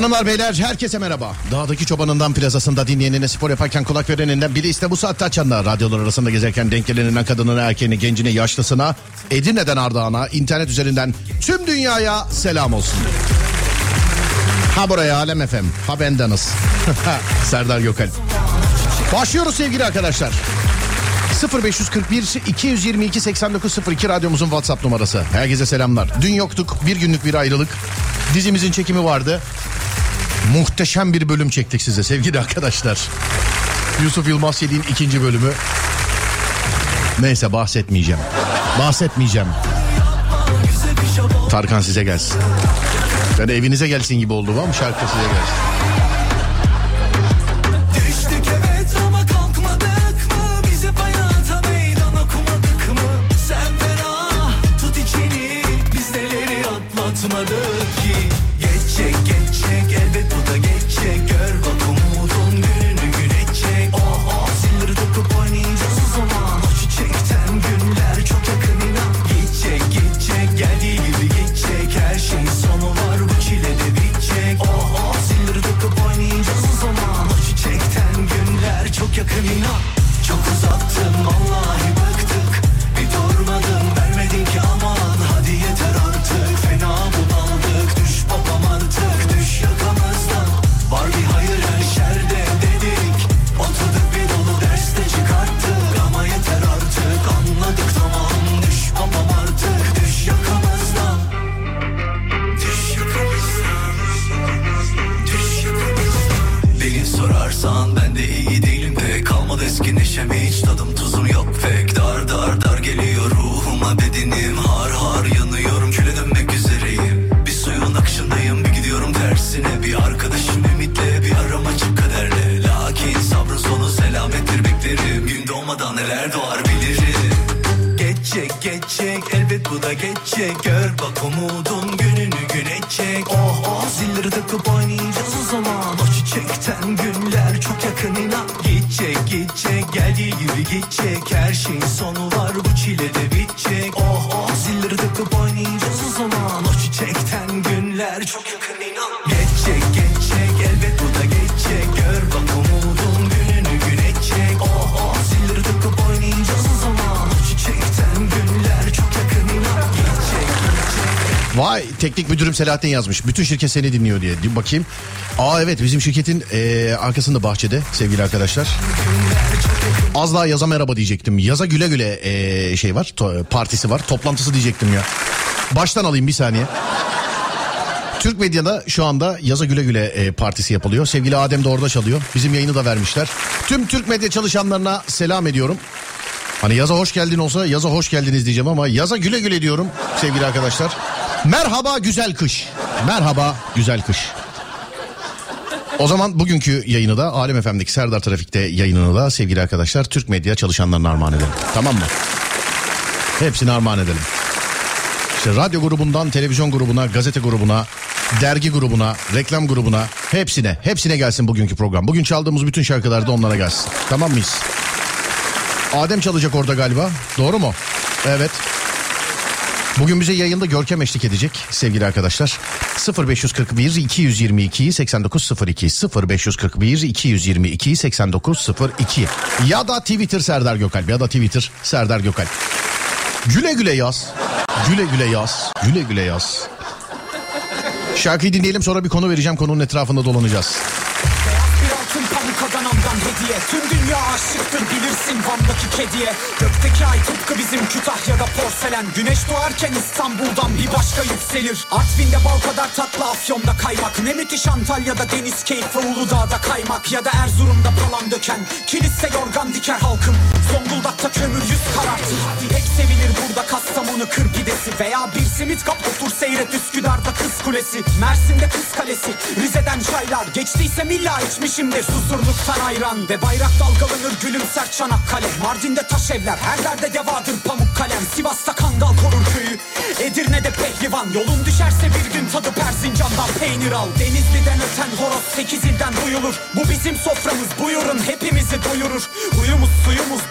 Hanımlar beyler herkese merhaba. Dağdaki çobanından plazasında dinleyenine, spor yaparken kulak vereninden, biri iste bu saatte açanlar, radyolar arasında gezerken denk geleninden, kadınına, erkeğine, gencine, yaşlısına, Edirne'den Ardahan'a, internet üzerinden tüm dünyaya selam olsun. Ha buraya Alem FM, ha bendeniz. Serdar Gökalp. Başlıyoruz sevgili arkadaşlar. 0541 222 8902 radyomuzun WhatsApp numarası. Herkese selamlar. Dün yoktuk, bir günlük bir ayrılık. Dizimizin çekimi vardı. Muhteşem bir bölüm çektik size sevgili arkadaşlar. Yusuf Yılmaz Çelik'in 2. bölümü. Neyse bahsetmeyeceğim. Tarkan size gelsin. Yani evinize gelsin gibi oldu ama şarkı size gelsin. Vay, teknik müdürüm Selahattin yazmış. Bütün şirket seni dinliyor diye. Bakayım. Aa evet, bizim şirketin arkasında bahçede sevgili arkadaşlar. Az daha Yaza merhaba diyecektim. Yaza güle güle şey var, partisi var. Toplantısı diyecektim ya. Baştan alayım bir saniye. Türk Medya'da şu anda Yaza güle güle partisi yapılıyor. Sevgili Adem de orada çalıyor. Bizim yayını da vermişler. Tüm Türk Medya çalışanlarına selam ediyorum. Hani Yaza hoş geldin olsa Yaza hoş geldiniz diyeceğim ama Yaza güle güle diyorum sevgili arkadaşlar. Merhaba güzel kış. Merhaba güzel kış. O zaman bugünkü yayını da Alem FM'deki Serdar Trafik'te yayınını da sevgili arkadaşlar Türk Medya çalışanlarına armağan edelim. Tamam mı? Hepsini armağan edelim. İşte radyo grubundan televizyon grubuna, gazete grubuna, dergi grubuna, reklam grubuna, hepsine gelsin bugünkü program. Bugün çaldığımız bütün şarkılar da onlara gelsin. Tamam mıyız? Adem çalacak orada galiba. Doğru mu? Evet. Bugün bize yayında Görkem eşlik edecek sevgili arkadaşlar. 0541 222 8902 0541 222 8902 ya da Twitter Serdar Gökalp, ya da Twitter Serdar Gökalp. Güle güle yaz. Güle güle yaz. Güle güle yaz. Şarkıyı dinleyelim, sonra bir konu vereceğim. Konunun etrafında dolanacağız. Hediye. Tüm dünya aşıktır bilirsin Van'daki kediye. Gökteki ay tıpkı bizim Kütahya'da porselen. Güneş doğarken İstanbul'dan bir başka yükselir. Artvin'de bal kadar tatlı, Afyon'da kaymak. Ne müthiş Antalya'da deniz keyfi, Uludağ'da kaymak. Ya da Erzurum'da palan döken kilise yorgan diker halkım. Zonguldak'ta kömür yüz karartır. Pek sevilir burada Kastamonu kır pidesi. Veya bir simit kap otur seyret Üsküdar'da Kız Kulesi. Mersin'de Kız Kalesi, Rize'den çaylar. Geçtiysem illa içmişimdir Susurluk'tan ayran. Ve bayrak dalgalanır gülümser Çanakkale. Mardin'de taş evler, her derde devadır pamuk kalem. Sivas'ta Kangal korur köyü, Edirne'de pehlivan. Yolun düşerse bir gün tadı Erzincan'dan peynir al. Denizli'den öten horoz 8 ilden duyulur. Bu bizim soframız, buyurun hepimizi doyurur. Huyumuz suyumuz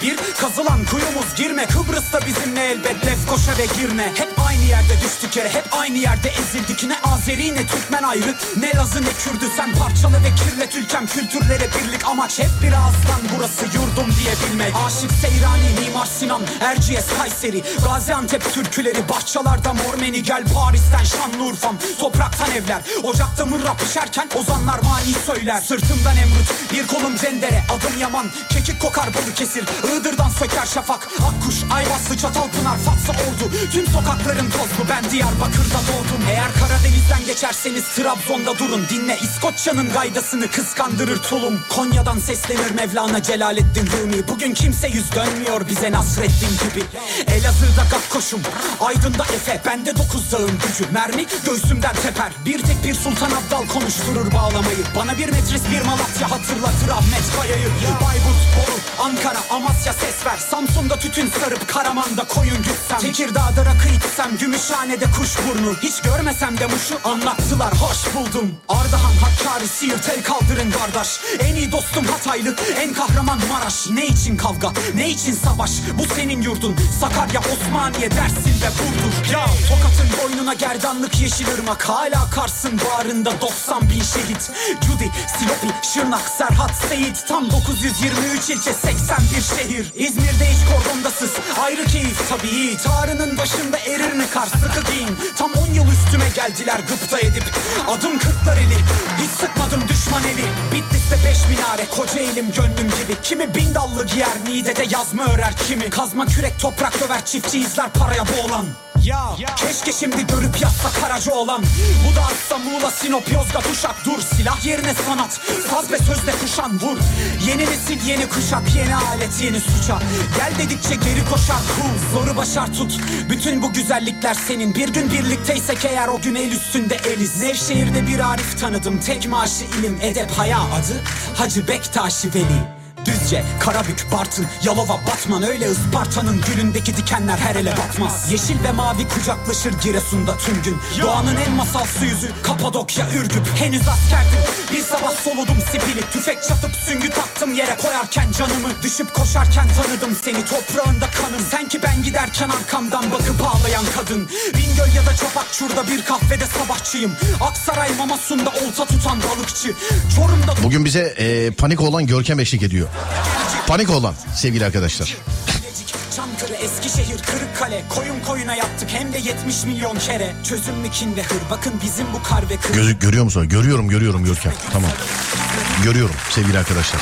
Bir kazılan kuyumuz girme, Kıbrıs'ta bizimle elbet Lefkoşa ve Girne. Hep aynı yerde düştük yere, hep aynı yerde ezildik. Ne Azeri ne Türkmen ayrı, ne Lazı ne Kürdü. Sen parçalı ve kirlet ülkem, kültürlere birlik. Amaç hep bir ağızdan burası yurdum diye bilmek. Aşık Seyrani, Mimar Sinan, Erciyes Kayseri, Gaziantep türküleri, bahçalarda mor menigel. Paris'ten Şanlıurfa'm, topraktan evler, ocakta mırra pişerken ozanlar mani söyler. Sırtımdan Emrut, bir kolum Cendere, adım Yaman, kekik kokar Balıkesir, Iğdır'dan söker şafak. Akkuş, Ayvaslı, Çatalpınar, Fatsa Ordu, tüm sokakların tozlu, ben Diyarbakır'da doğdum. Eğer Karadeniz'den geçerseniz Trabzon'da durun, dinle İskoçya'nın gaydasını, kıskandırır tulum. Konya'dan seslenir Mevlana Celaleddin Rumi, bugün kimse yüz dönmüyor bize Nasreddin gibi. Elazığ'da Gakkoş'um, Aydın'da Efe, bende 9 dağın gücü, mermi göğsümden teper. Bir tek bir Sultan Abdal konuşturur bağlamayı, bana bir Metris bir Malatya hatırlatır Ahmet Kaya'yı. Bayburt, Bolu, Ankara, Amasya ses ver, Samsun'da tütün sarıp Karaman'da koyun gütsem, Tekirdağ'da rakı içsem, Gümüşhane'de kuşburnu, hiç görmesem de Muş'u anlattılar hoş buldum. Ardahan, Hakkari, Siirt, el kaldırın kardeş, en iyi dostum Hataylı, en kahraman Maraş. Ne için kavga, ne için savaş, bu senin yurdun. Sakarya, Osmaniye, Dersim ve Burdur. Ya Tokat'ın boynuna gerdanlık Yeşilırmak, hala Kars'ın bağrında 90 bin şehit. Cudi, Silopi, Şırnak, Serhat, Seyit, tam 923 ilçe 81 şehir. İzmir'de hiç kordondasız, ayrı keyif tabii. Tarının başında erir mi kar, sıkı giyin. Tam 10 yıl üstüme geldiler gıpta edip, adım Kırklareli, hiç sıkmadım düşman eli. Bitlis'te 5 minare, Kocaeli'm gönlüm gibi. Kimi bin dallı giyer, Niğde'de yazma örer kimi. Kazma kürek toprak döver, çiftçi izler paraya boğulan. Ya keşke şimdi görüp yazsa Karaca olan. Bu da atsa Muğla, Sinop, Yozgat, Uşak. Dur, silah yerine sanat, saz ve sözle kuşan vur. Yeni nesil, yeni kuşak, yeni alet, yeni suça. Gel dedikçe geri koşar kul, zoru başar tut. Bütün bu güzellikler senin, bir gün birlikteysek eğer o gün el üstünde eliz. Nevşehir'de bir Arif tanıdım, tek maaşı ilim edep haya, adı Hacı Bektaşi Veli. Düzce, Karabük, Bartın, Yalova, Batman, öyle Isparta'nın gülündeki dikenler her ele batmaz. Yeşil ve mavi kucaklaşır Giresun'da tüm gün. Doğanın en masalsı yüzü Kapadokya, Ürgüp. Henüz askerdim, bir sabah soludum sipili. Tüfek çatıp süngü taktım yere koyarken canımı. Düşüp koşarken tanıdım seni, toprağında kanım. Sen ki ben giderken arkamdan bakıp ağlayan kadın. Bingöl ya da Çapakçur'da bir kahvede sabahçıyım. Aksaray, Mamasun'da olta tutan balıkçı. Çorum'da... Bugün bize panik olan Görkem eşlik ediyor. Panik olan sevgili arkadaşlar. Çankırı, Eskişehir, Kırıkkale, koyun koyuna yaptık hem de 70 milyon kere. Çözüm mü kin ve hır, bakın bizim bu kar ve kır. Görüyor musun? Görüyorum Görkem. Tamam. Görüyorum sevgili arkadaşlar.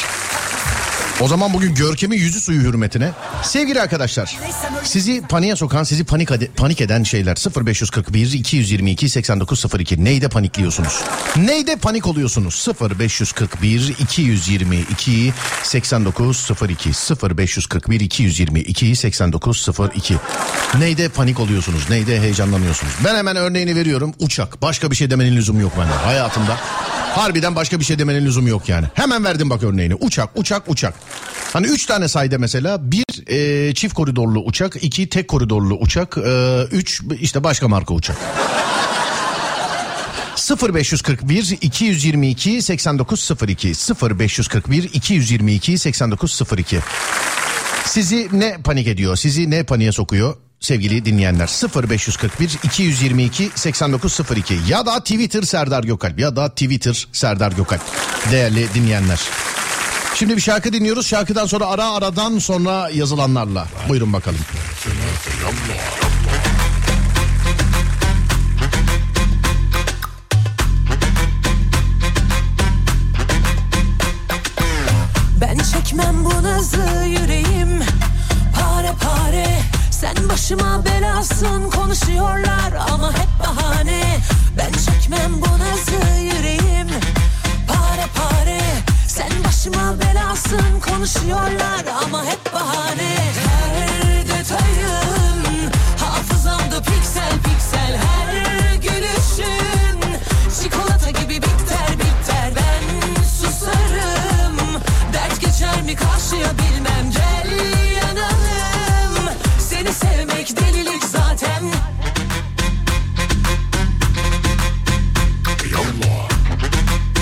O zaman bugün Görkem'in yüzü suyu hürmetine sevgili arkadaşlar, sizi paniğe sokan, sizi panik eden şeyler 0541 222 8902. Neyde panikliyorsunuz? Neyde panik oluyorsunuz? 0541 222 8902 0541 222 8902. Neyde panik oluyorsunuz? Neyde heyecanlanıyorsunuz? Ben hemen örneğini veriyorum. Uçak. Başka bir şey demenin lüzumu yok bende hayatımda. Harbiden başka bir şey demenin lüzumu yok yani. Hemen verdim bak örneğini. Uçak. Hani 3 tane sayda mesela. 1 çift koridorlu uçak. 2 tek koridorlu uçak. 3 işte başka marka uçak. 0541 222 8902 0541 222 8902. Sizi ne panik ediyor? Sizi ne paniğe sokuyor? Sevgili dinleyenler 0541 222 8902 ya da Twitter Serdar Gökalp değerli dinleyenler. Şimdi bir şarkı dinliyoruz. Şarkıdan sonra aradan sonra yazılanlarla. Buyurun bakalım. Ben çekmem bu nazı, yüreğim pare pare. Sen başıma belasın, konuşuyorlar ama hep bahane. Ben çekmem bu nazı, yüreğim pare pare. Sen başıma belasın, konuşuyorlar ama hep bahane. Her detayın hafızamda piksel piksel. Her gülüşün çikolata gibi bitter. Ben susarım, dert geçer mi karşıya bilmem. Gel yanalım, seni sevmek delilik zaten.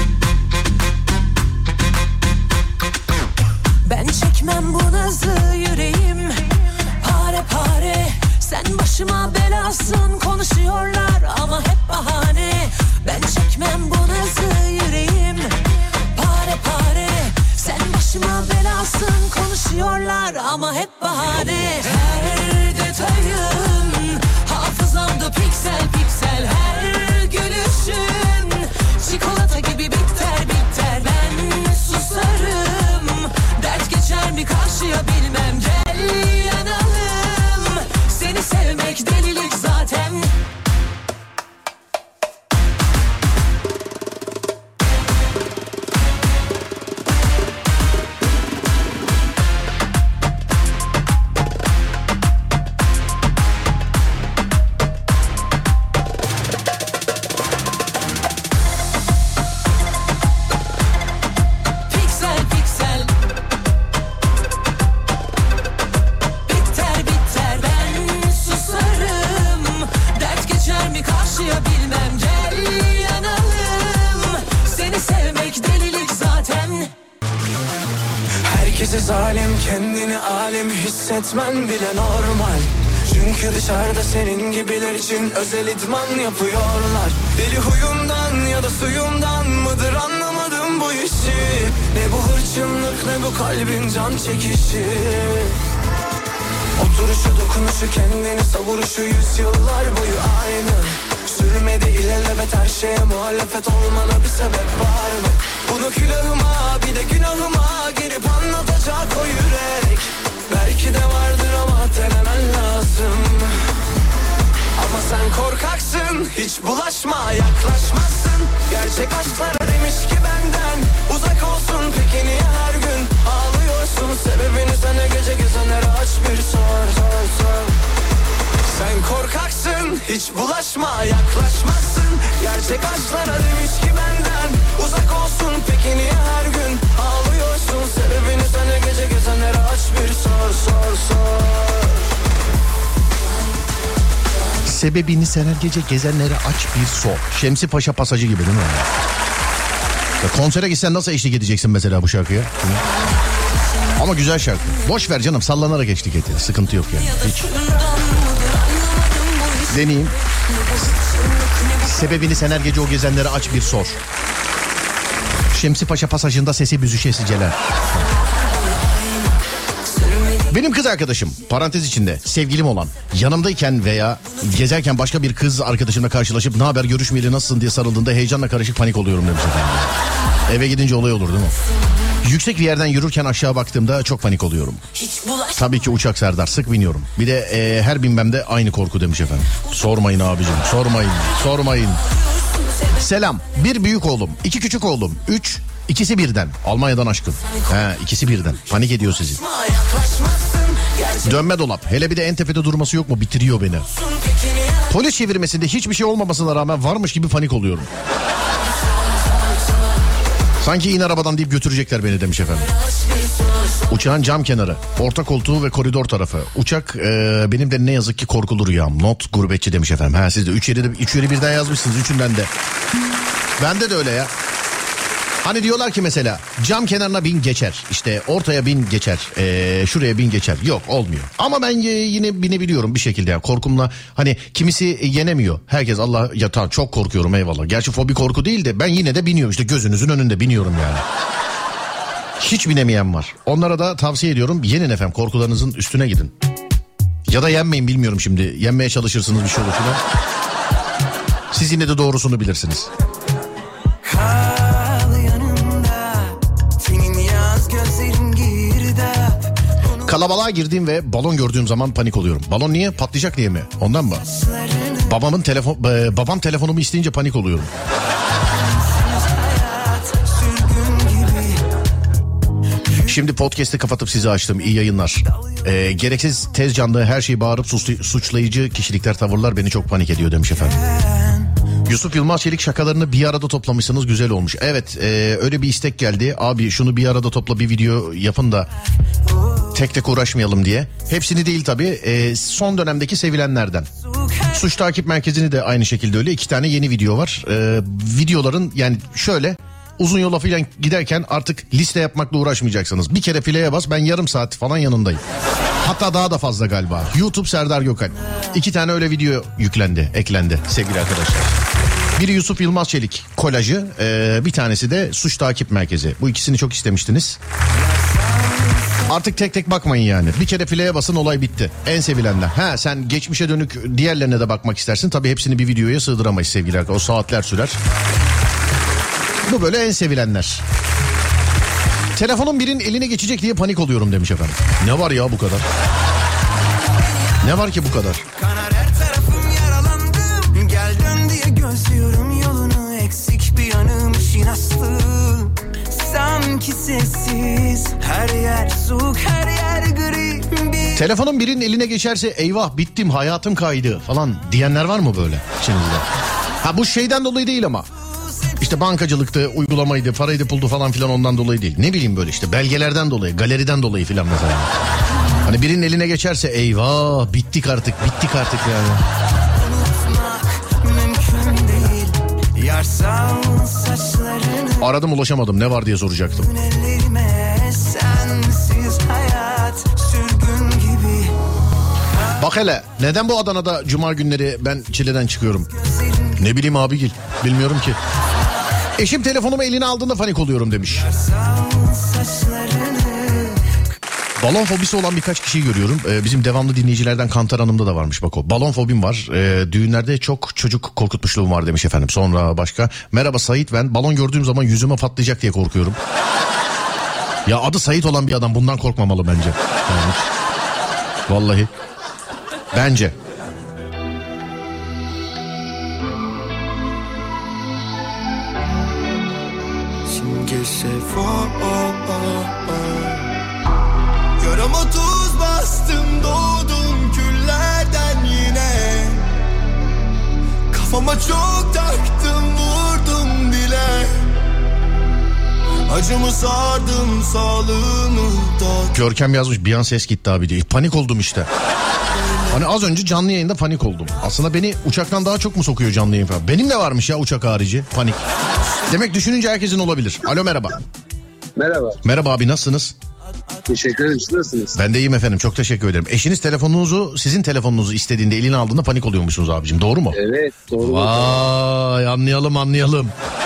Ben çekmem bu nazı, yüreğim belasın konuşuyorlar ama hep bahane. Ben çekmem bu nazı yüreğim pare pare. Sen başıma belasın konuşuyorlar ama hep bahane. Her detayın hafızamda piksel piksel. Her gülüşün çikolata gibi bitter bitter. Ben susarım, dert geçer mi karşıya bilmem. Gel yanalım, seni sevmek delilik zaten. Zalim kendini alim hissetmen bile normal. Çünkü dışarıda senin gibiler için özel idman yapıyorlar. Deli huyumdan ya da suyumdan mıdır anlamadım bu işi. Ne bu hırçınlık ne bu kalbin can çekişi. Oturuşu dokunuşu kendini savuruşu yüzyıllar boyu aynı. Sürmedi ilelebet her şeye muhalefet olmana bir sebep var mı? Bunu külahıma bir de günahıma girip anlatacak o yürek. Belki de vardır ama denemen lazım. Ama sen korkaksın, hiç bulaşma yaklaşmazsın. Gerçek aşklara demiş ki benden uzak olsun. Peki niye her gün ağlıyorsun? Sebebini sana gece gezenlere aç bir sor sor sor. Sen korkaksın, hiç bulaşma yaklaşmazsın. Gerçek aşklara demiş ki benden uzak olsun. Peki niye her gün ağlıyorsun? Sebebini sana gece gezenlere aç bir sor sor sor. Sebebini sen her gece gezenlere aç bir sor. Şemsi Paşa pasajı gibi değil mi? Ya konsere gitsen nasıl eşlik edeceksin mesela bu şarkıya? Ama güzel şarkı. Boş ver canım, sallanarak eşlik et. Sıkıntı yok yani. Hiç. Deneyeyim. Sebebini sen her gece o gezenlere aç bir sor. Şemsi Paşa pasajında sesi büzüşesiceler. Benim kız arkadaşım, parantez içinde sevgilim olan, yanımdayken veya gezerken başka bir kız arkadaşımla karşılaşıp ne haber, görüşmeyeli, nasılsın diye sarıldığında heyecanla karışık panik oluyorum demiş efendim. Eve gidince olay olur değil mi? Yüksek bir yerden yürürken aşağı baktığımda çok panik oluyorum. Tabii ki uçak Serdar, sık biniyorum. Bir de her binmemde aynı korku demiş efendim. Sormayın abicim, sormayın. Selam, bir büyük oğlum, 2 küçük oğlum, 3, ikisi birden. Almanya'dan aşkım. İkisi birden. Panik ediyor sizi. Dönme dolap. Hele bir de en tepede durması yok mu? Bitiriyor beni. Polis çevirmesinde hiçbir şey olmamasına rağmen varmış gibi panik oluyorum. Sanki in arabadan deyip götürecekler beni demiş efendim. Uçağın cam kenarı, orta koltuğu ve koridor tarafı. Uçak benim de ne yazık ki korkulu rüyam. Not gurbetçi demiş efendim. Siz de 3 yeri birden yazmışsınız, üçünden de. Bende de öyle ya. Hani diyorlar ki mesela cam kenarına bin geçer, işte ortaya bin geçer, şuraya bin geçer. Yok, olmuyor. Ama ben yine binebiliyorum bir şekilde yani, korkumla. Hani kimisi yenemiyor. Herkes Allah ya tamam çok korkuyorum eyvallah. Gerçi fobi korku değil de ben yine de biniyorum, işte gözünüzün önünde biniyorum yani. Hiç binemeyen var. Onlara da tavsiye ediyorum, yenin efendim, korkularınızın üstüne gidin. Ya da yenmeyin, bilmiyorum şimdi. Yenmeye çalışırsınız bir şey olur falan. Siz yine de doğrusunu bilirsiniz. Kalabalığa girdiğim ve balon gördüğüm zaman panik oluyorum. Balon niye? Patlayacak diye mi? Ondan mı? Babam telefonumu isteyince panik oluyorum. Şimdi podcast'i kapatıp sizi açtım. İyi yayınlar. Gereksiz tez canlı her şeyi bağırıp suçlayıcı kişilikler, tavırlar beni çok panik ediyor demiş efendim. Yusuf Yılmaz Çelik, şakalarını bir arada toplamışsınız, güzel olmuş. Evet, öyle bir istek geldi. Abi şunu bir arada topla, bir video yapın da tek tek uğraşmayalım diye. Hepsini değil tabii, son dönemdeki sevilenlerden. Suç Takip Merkezi'ni de aynı şekilde öyle. 2 tane yeni video var. Videoların yani şöyle, uzun yola falan giderken artık liste yapmakla uğraşmayacaksınız. Bir kere fileye bas, ben yarım saat falan yanındayım. Hatta daha da fazla galiba. YouTube Serdar Gökalp. 2 tane öyle video eklendi sevgili arkadaşlar. Biri Yusuf Yılmaz Çelik kolajı, bir tanesi de Suç Takip Merkezi. Bu ikisini çok istemiştiniz. Artık tek tek bakmayın yani. Bir kere play'e basın, olay bitti. En sevilenler. Ha, sen geçmişe dönük diğerlerine de bakmak istersin. Tabii hepsini bir videoya sığdıramayız sevgili arkadaşlar. O saatler sürer. Bu böyle en sevilenler. Telefonun birinin eline geçecek diye panik oluyorum demiş efendim. Ne var ya bu kadar? Ne var ki bu kadar? Kanar her tarafım, yaralandım. Gel dön diye gözlüyorum yolunu. Eksik bir yanım işin aslı. Sanki sessiz, her yer soğuk, her yer gri. Telefonun birinin eline geçerse eyvah bittim, hayatım kaydı falan diyenler var mı böyle içinizde? Ha, bu şeyden dolayı değil ama. İşte bankacılıktı, uygulamaydı, paraydı, puldu falan filan, ondan dolayı değil. Ne bileyim böyle işte belgelerden dolayı, galeriden dolayı filan mesela. Hani birinin eline geçerse eyvah bittik artık yani. Aradım ulaşamadım, ne var diye soracaktım. Bak hele, neden bu Adana'da cuma günleri ben çileden çıkıyorum? Ne bileyim abigil, bilmiyorum ki. Eşim telefonumu eline aldığında panik oluyorum demiş. Balon fobisi olan birkaç kişiyi görüyorum. Bizim devamlı dinleyicilerden Kantar Hanım'da da varmış bak o. Balon fobim var. Düğünlerde çok çocuk korkutmuşluğum var demiş efendim. Sonra başka. Merhaba Sait, ben balon gördüğüm zaman yüzüme patlayacak diye korkuyorum. Ya adı Sait olan bir adam bundan korkmamalı bence. Yani, vallahi. Bence. Yarama tuz bastım, doğdum küllerden yine. Kafama çok taktım, vurdum dile. Acımı sardım, sağlığımı da. Görkem yazmış, bir an ses gitti abi diye. Panik oldum işte. Hani az önce canlı yayında panik oldum. Aslında beni uçaktan daha çok mu sokuyor canlı yayın falan? Benim de varmış ya uçak harici panik. Demek düşününce herkesin olabilir. Alo, merhaba. Merhaba. Merhaba abi, nasılsınız? Teşekkür ederim. Siz nasılsınız? Ben de iyiyim efendim, çok teşekkür ederim. Eşiniz sizin telefonunuzu istediğinde, eline aldığında panik oluyormuşsunuz abicim, doğru mu? Evet, doğru. Vay, anlayalım.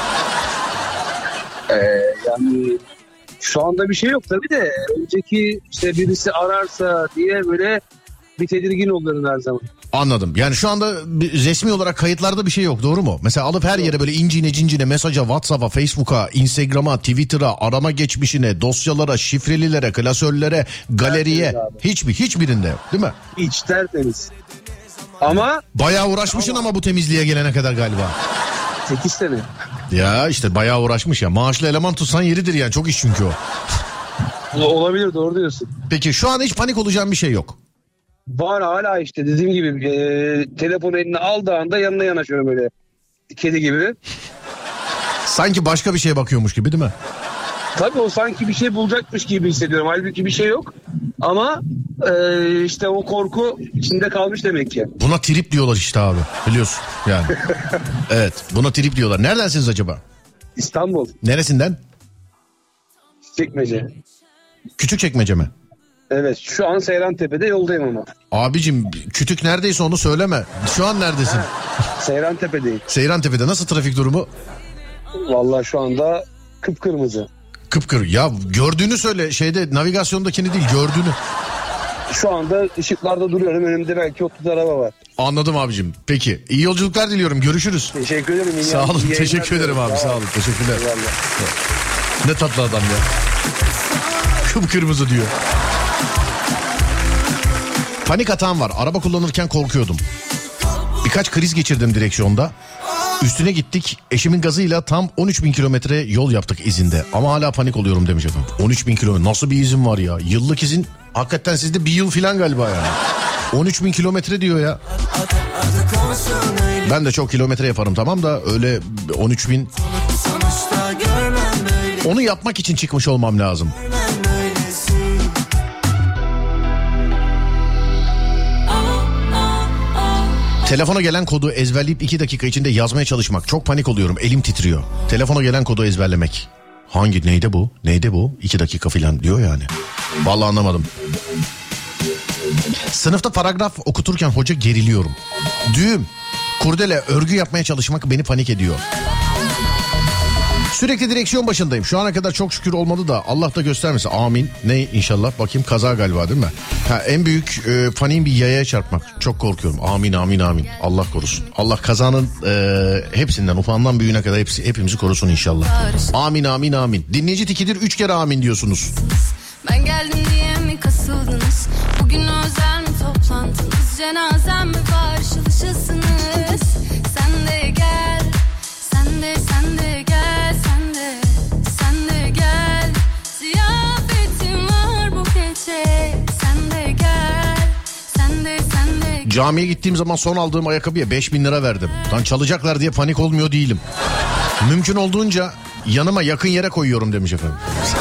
Yani şu anda bir şey yok tabii de önceki işte birisi ararsa diye böyle bir tedirgin olurum her zaman. Anladım. Yani şu anda resmi olarak kayıtlarda bir şey yok, doğru mu? Mesela alıp her yere böyle incine cincine mesaja, WhatsApp'a, Facebook'a, Instagram'a, Twitter'a, arama geçmişine, dosyalara, şifrelilere, klasörlere, galeriye, hiçbirinde yok, değil mi? Hiç tertemiz. Ama bayağı uğraşmışsın ama bu temizliğe gelene kadar galiba. 8 sene. Ya işte bayağı uğraşmış ya. Maaşlı eleman tutsan yeridir yani, çok iş çünkü o. Olabilir, doğru diyorsun. Peki şu an hiç panik olacağım bir şey yok. Var hala işte dediğim gibi telefonu eline aldığı anda yanına yanaşıyorum böyle kedi gibi. Sanki başka bir şeye bakıyormuş gibi, değil mi? Tabii o sanki bir şey bulacakmış gibi hissediyorum. Halbuki bir şey yok. Ama işte o korku içinde kalmış demek ki. Buna trip diyorlar işte abi, biliyorsun yani. Evet, buna trip diyorlar. Neredensiniz acaba? İstanbul. Neresinden? Çekmece. Küçükçekmece mi? Evet, şu an Seyrantepe'de yoldayım ama. Abicim kütük neredeyse onu söyleme. Şu an neredesin? Seyrantepe'deyim. Seyrantepe'de nasıl trafik durumu? Vallahi şu anda kıpkırmızı. Ya gördüğünü söyle, şeyde navigasyondakini değil, gördüğünü. Şu anda ışıklarda duruyorum, önümde belki 30 araba var. Anladım abicim. Peki iyi yolculuklar diliyorum, görüşürüz. Teşekkür ederim. Sağ olun, teşekkür ederim abi, sağ olun, teşekkürler. Ne tatlı adam ya. Kıpkırmızı diyor. Panik atağım var. Araba kullanırken korkuyordum. Birkaç kriz geçirdim direksiyonda. Üstüne gittik. Eşimin gazıyla tam 13.000 kilometre yol yaptık izinde. Ama hala panik oluyorum demiş efendim. 13.000 kilometre nasıl bir izin var ya? Yıllık izin hakikaten sizde bir yıl falan galiba yani. 13.000 kilometre diyor ya. Ben de çok kilometre yaparım tamam da öyle 13.000. Onu yapmak için çıkmış olmam lazım. Telefona gelen kodu ezberleyip 2 dakika içinde yazmaya çalışmak. Çok panik oluyorum. Elim titriyor. Telefona gelen kodu ezberlemek. Neydi bu? 2 dakika falan diyor yani. Vallahi anlamadım. Sınıfta paragraf okuturken hoca geriliyorum. Düğüm, kurdele, örgü yapmaya çalışmak beni panik ediyor. Sürekli direksiyon başındayım. Şu ana kadar çok şükür olmadı da Allah da göstermesin. Amin. Ne inşallah. Bakayım kaza galiba değil mi? En büyük paniğim bir yayaya çarpmak. Çok korkuyorum. Amin amin amin. Allah korusun. Allah kazanın hepsinden ufağından büyüğüne kadar hepimizi korusun inşallah. Amin amin amin. Dinleyici tikidir 3 kere amin diyorsunuz. Ben geldim diye mi kasıldınız? Bugün özel mi toplantınız? Cenazem mi var? Işılışısınız. Sen de gel. Sen de gel. Sen de gel. Ziyafetim var bu gece. Sen de gel. Sen de gel. Camiye gittiğim zaman son aldığım ayakkabıya 5.000 lira verdim. Lan çalacaklar diye panik olmuyor değilim. Mümkün olduğunca yanıma yakın yere koyuyorum demiş efendim.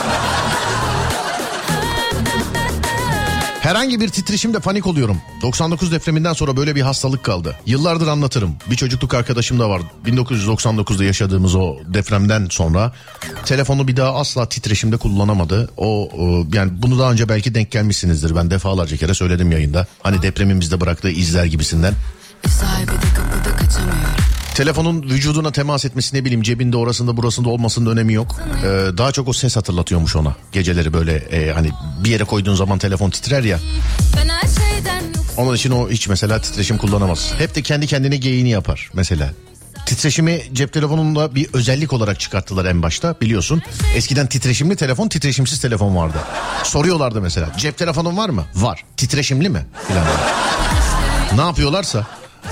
Herhangi bir titreşimde panik oluyorum. 99 depreminden sonra böyle bir hastalık kaldı. Yıllardır anlatırım. Bir çocukluk arkadaşım da var. 1999'da yaşadığımız o depremden sonra telefonu bir daha asla titreşimde kullanamadı. Yani bunu daha önce belki denk gelmişsinizdir. Ben defalarca kere söyledim yayında. Hani depremin bizde bıraktığı izler gibisinden. Sahibi de kapıda kaçamıyor. Telefonun vücuduna temas etmesi, ne bileyim cebinde orasında burasında olmasının önemi yok. Daha çok o ses hatırlatıyormuş ona. Geceleri böyle hani bir yere koyduğun zaman telefon titrer ya. Onun için o hiç mesela titreşim kullanamaz. Hep de kendi kendine geyiğini yapar mesela. Titreşimi cep telefonunda bir özellik olarak çıkarttılar en başta, biliyorsun. Eskiden titreşimli telefon, titreşimsiz telefon vardı. Soruyorlardı mesela, cep telefonun var mı? Var. Titreşimli mi? Falan. Ne yapıyorlarsa.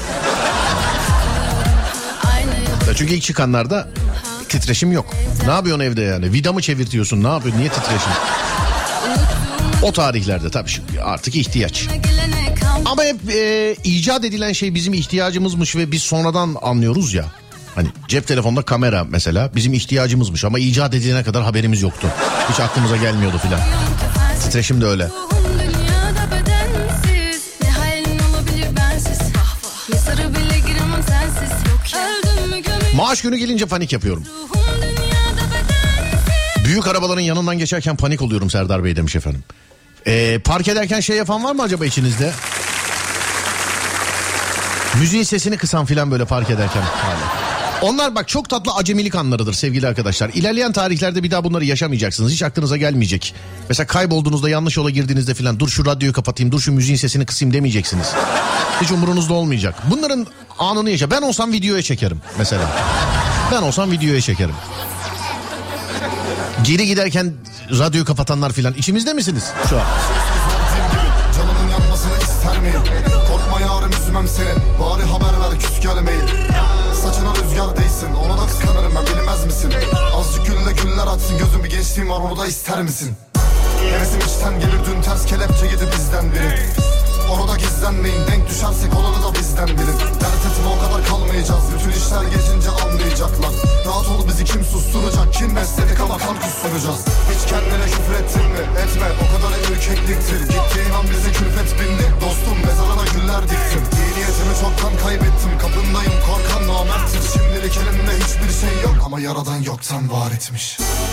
Çünkü ilk çıkanlarda titreşim yok. Ne yapıyorsun evde yani? Vida mı çevirtiyorsun? Ne yapıyorsun? Niye titreşim? O tarihlerde tabii artık ihtiyaç. Ama hep icat edilen şey bizim ihtiyacımızmış ve biz sonradan anlıyoruz ya. Hani cep telefonda kamera mesela bizim ihtiyacımızmış ama icat edilene kadar haberimiz yoktu. Hiç aklımıza gelmiyordu filan. Titreşim de öyle. Maaş günü gelince panik yapıyorum. Büyük arabaların yanından geçerken panik oluyorum Serdar Bey demiş efendim. Park ederken şey yapan var mı acaba içinizde? Müziğin sesini kısan filan böyle park ederken. Onlar bak çok tatlı acemilik anlarıdır sevgili arkadaşlar. İlerleyen tarihlerde bir daha bunları yaşamayacaksınız. Hiç aklınıza gelmeyecek. Mesela kaybolduğunuzda, yanlış yola girdiğinizde filan dur şu radyoyu kapatayım, dur şu müziğin sesini kısayım demeyeceksiniz. Hiç umurunuzda olmayacak. Bunların anını yaşa. Ben olsam videoya çekerim mesela. Ben olsam videoya çekerim. Geri giderken radyoyu kapatanlar filan içimizde misiniz şu an? Canının yanmasını ister miyim? Korkma yarım üzmem seni. Bari haber ver küs gelmeyin. Saçına rüzgar değsin, ona da kıskanırım ben, bilmez misin? Azıcık gülle güller atsın, gözüm bir gençliğim var, onu da ister misin? Hevesim içten gelir, dün ters kelepçe yedi bizden biri. Onu da gizlenmeyin, denk düşersek olanı da bizden bilin. Dert etme, o kadar kalmayacağız, bütün işler geçince anlayacaklar. Rahat ol, bizi kim susturacak, kim besledik ama kan kusturacağız. Hiç kendine küfür ettin mi? Etme, o kadar ürkekliktir. Gittiğin an bize külfet bindi, dostum mezarına güller diktim. İyi niyetimi çoktan kaybettim, kapındayım korkan namerttir. Şimdilik elimde hiçbir şey yok ama yaradan yoktan var etmiş.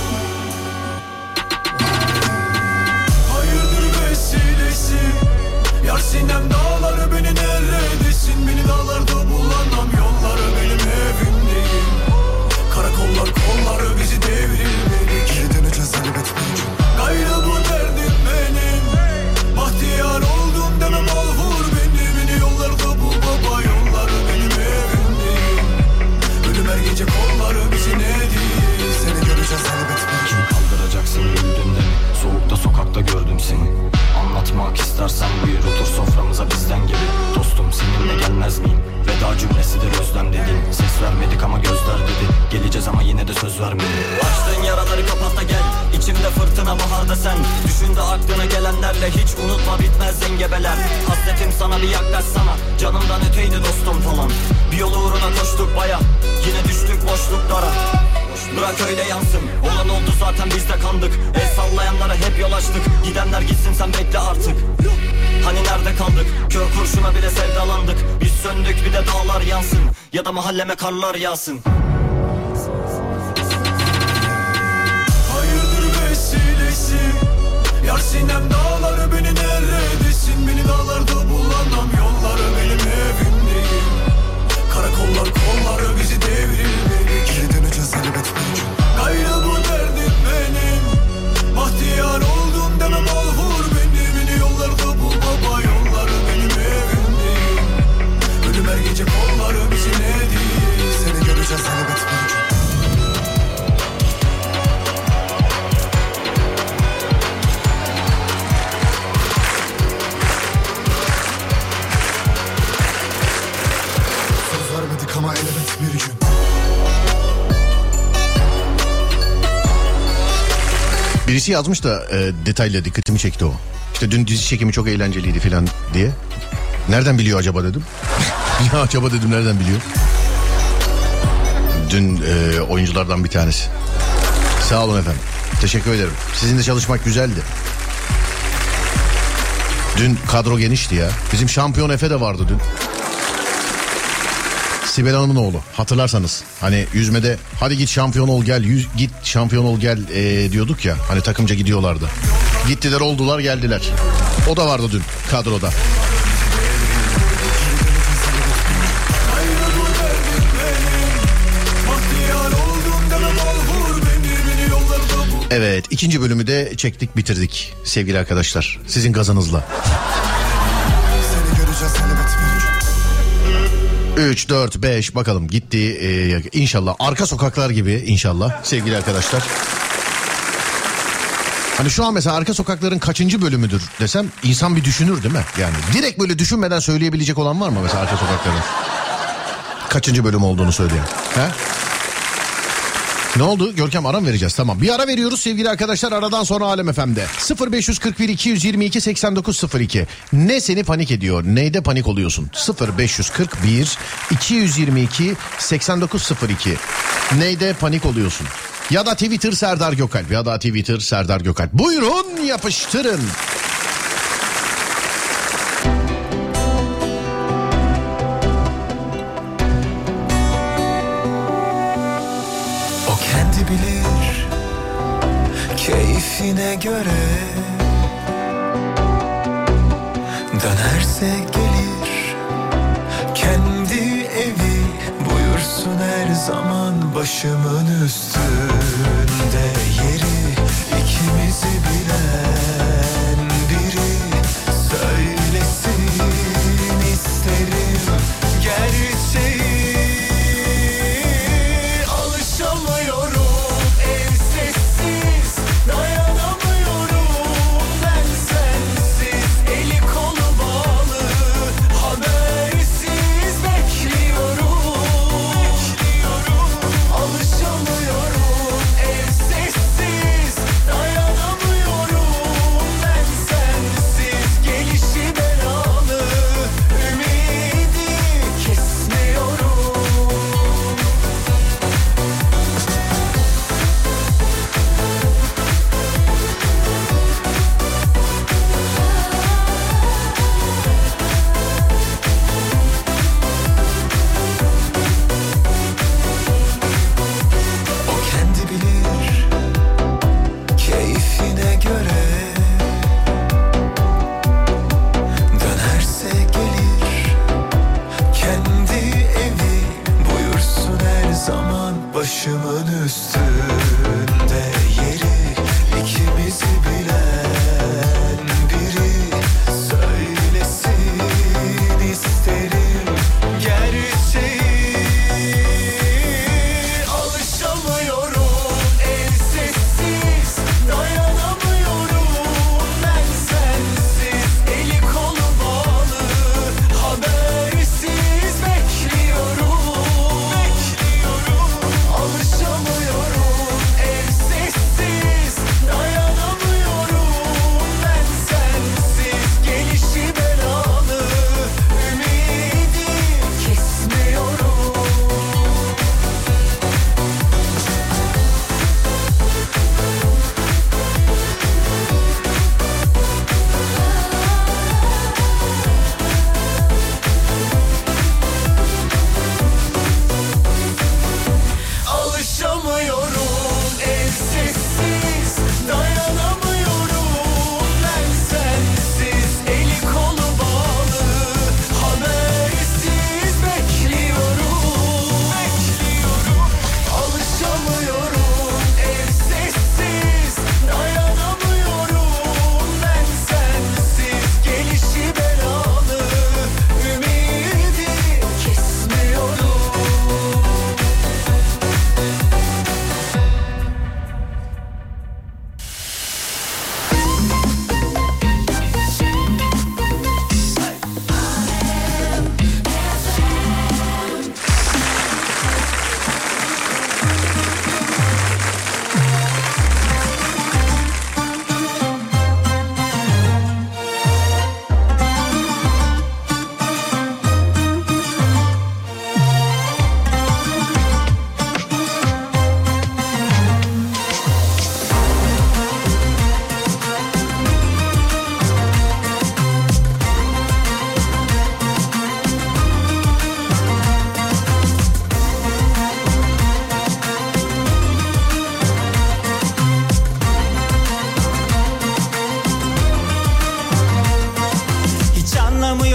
Hayırdır vesilesi? Yar sinem dağları beni neredesin? Beni dağlarda bulanam yolları benim evim değil. Karakollar kolları bizi devrilmedik. Geri döneceğiz elbet bir gün. Gayrı bu derdim benim. Bahtiyar oldum demem al vur beni yollarda bu baba yolları benim evim değil. Ölüm her gece kolları bizi ne değil. Seni göreceğiz elbet bir gün. Kaldıracaksın güldüğünde mi? Soğukta sokakta gördüm seni. Anlatmak istersen buyur otur soframıza bizden gibi. Dostum seninle gelmez miyim? Veda cümlesidir özlem dedin. Ses vermedik ama gözler dedi. Geleceğiz ama yine de söz vermedi. Açtığın yaraları kapat da gel. İçimde fırtına baharda sen. Düşün de aklına gelenlerle hiç unutma bitmez zengebeler. Hasretim sana bir yaklaşsana. Canımdan öteydi dostum falan. Bir yol uğruna koştuk baya. Yine düştük boşluklara. Bırak öyle yansın. Olan oldu zaten biz de kandık. El sallayanlara hep yol açtık. Gidenler gitsin sen bekle artık. Hani nerede kaldık? Kör kurşuna bile sevdalandık. Biz söndük bir de dağlar yansın. Ya da mahalleme karlar yağsın. Hayırdır vesilesi? Yar sinem dağları beni neredesin? Birisi yazmış da detayla dikkatimi çekti o. İşte dün dizi çekimi çok eğlenceliydi falan diye. Nereden biliyor acaba dedim. Ya acaba dedim nereden biliyor. Dün oyunculardan bir tanesi. Sağ olun efendim. Teşekkür ederim. Sizinle çalışmak güzeldi. Dün kadro genişti ya. Bizim şampiyon Efe de vardı dün. Sibel Hanım'ın oğlu. Hatırlarsanız. Hani yüzmede hadi git şampiyon ol gel. Git şampiyon ol gel diyorduk ya. Hani takımca gidiyorlardı. Gittiler oldular geldiler. O da vardı dün kadroda. Evet, ikinci bölümü de çektik bitirdik sevgili arkadaşlar. Sizin gazınızla. 3, 4, 5 bakalım gitti inşallah. Arka sokaklar gibi inşallah sevgili arkadaşlar. Hani şu an mesela arka sokakların kaçıncı bölümüdür desem insan bir düşünür değil mi? Yani direkt böyle düşünmeden söyleyebilecek olan var mı mesela arka sokakların? Kaçıncı bölüm olduğunu söyleyen. He? Ne oldu? Görkem ara mı vereceğiz? Tamam. Bir ara veriyoruz sevgili arkadaşlar. Aradan sonra Alem FM'de. 0541 222 8902. Ne seni panik ediyor? Neyde panik oluyorsun? 0541 222 8902. Neyde panik oluyorsun? Ya da Twitter Serdar Gökalp. Ya da Twitter Serdar Gökalp. Buyurun yapıştırın. Bilir keyfine göre dönerse gelir kendi evi buyursun her zaman başımın üstünde yeri ikimizi bilen biri söylesin isterim gerçeği.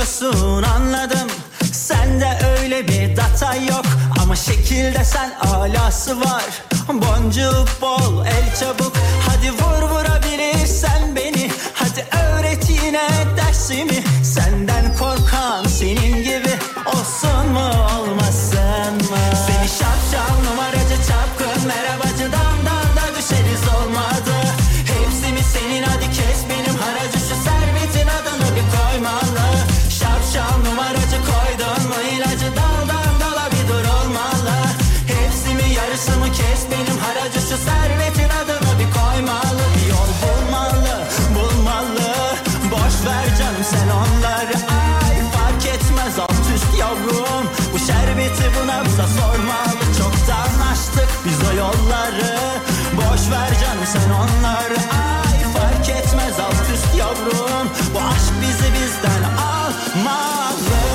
oyuncusun anladım. Sende öyle bir data yok ama şekilde sen alası var. Boncuk bol el çabuk, hadi vur vurabilirsen beni. Hadi öğret yine dersimi, senden korkan senin gibi olsun mu olmasın mı? Seni şapşal numaracı çapkın merhabacıdan da düşeriz olmadı. Hepsi mi senin, hadi kes benim haracı, şu servetin adını bir koymalı. Şapşal numaracı koydun mu ilacı, daldan dala bir dur olmalı. Hepsi mi yarısı mı, kes benim haracı, şu servetin adını bir koymalı. Bir yol bulmalı, bulmalı, boş ver canım sen onları. Ay fark etmez alt üst yavrum, bu şerbeti bu nabza sormalı. Çoktan açtık biz o yolları, boş ver canım sen onları. Ay fark etmez alt üst yavrum, bu aşk bizi bizden almalı.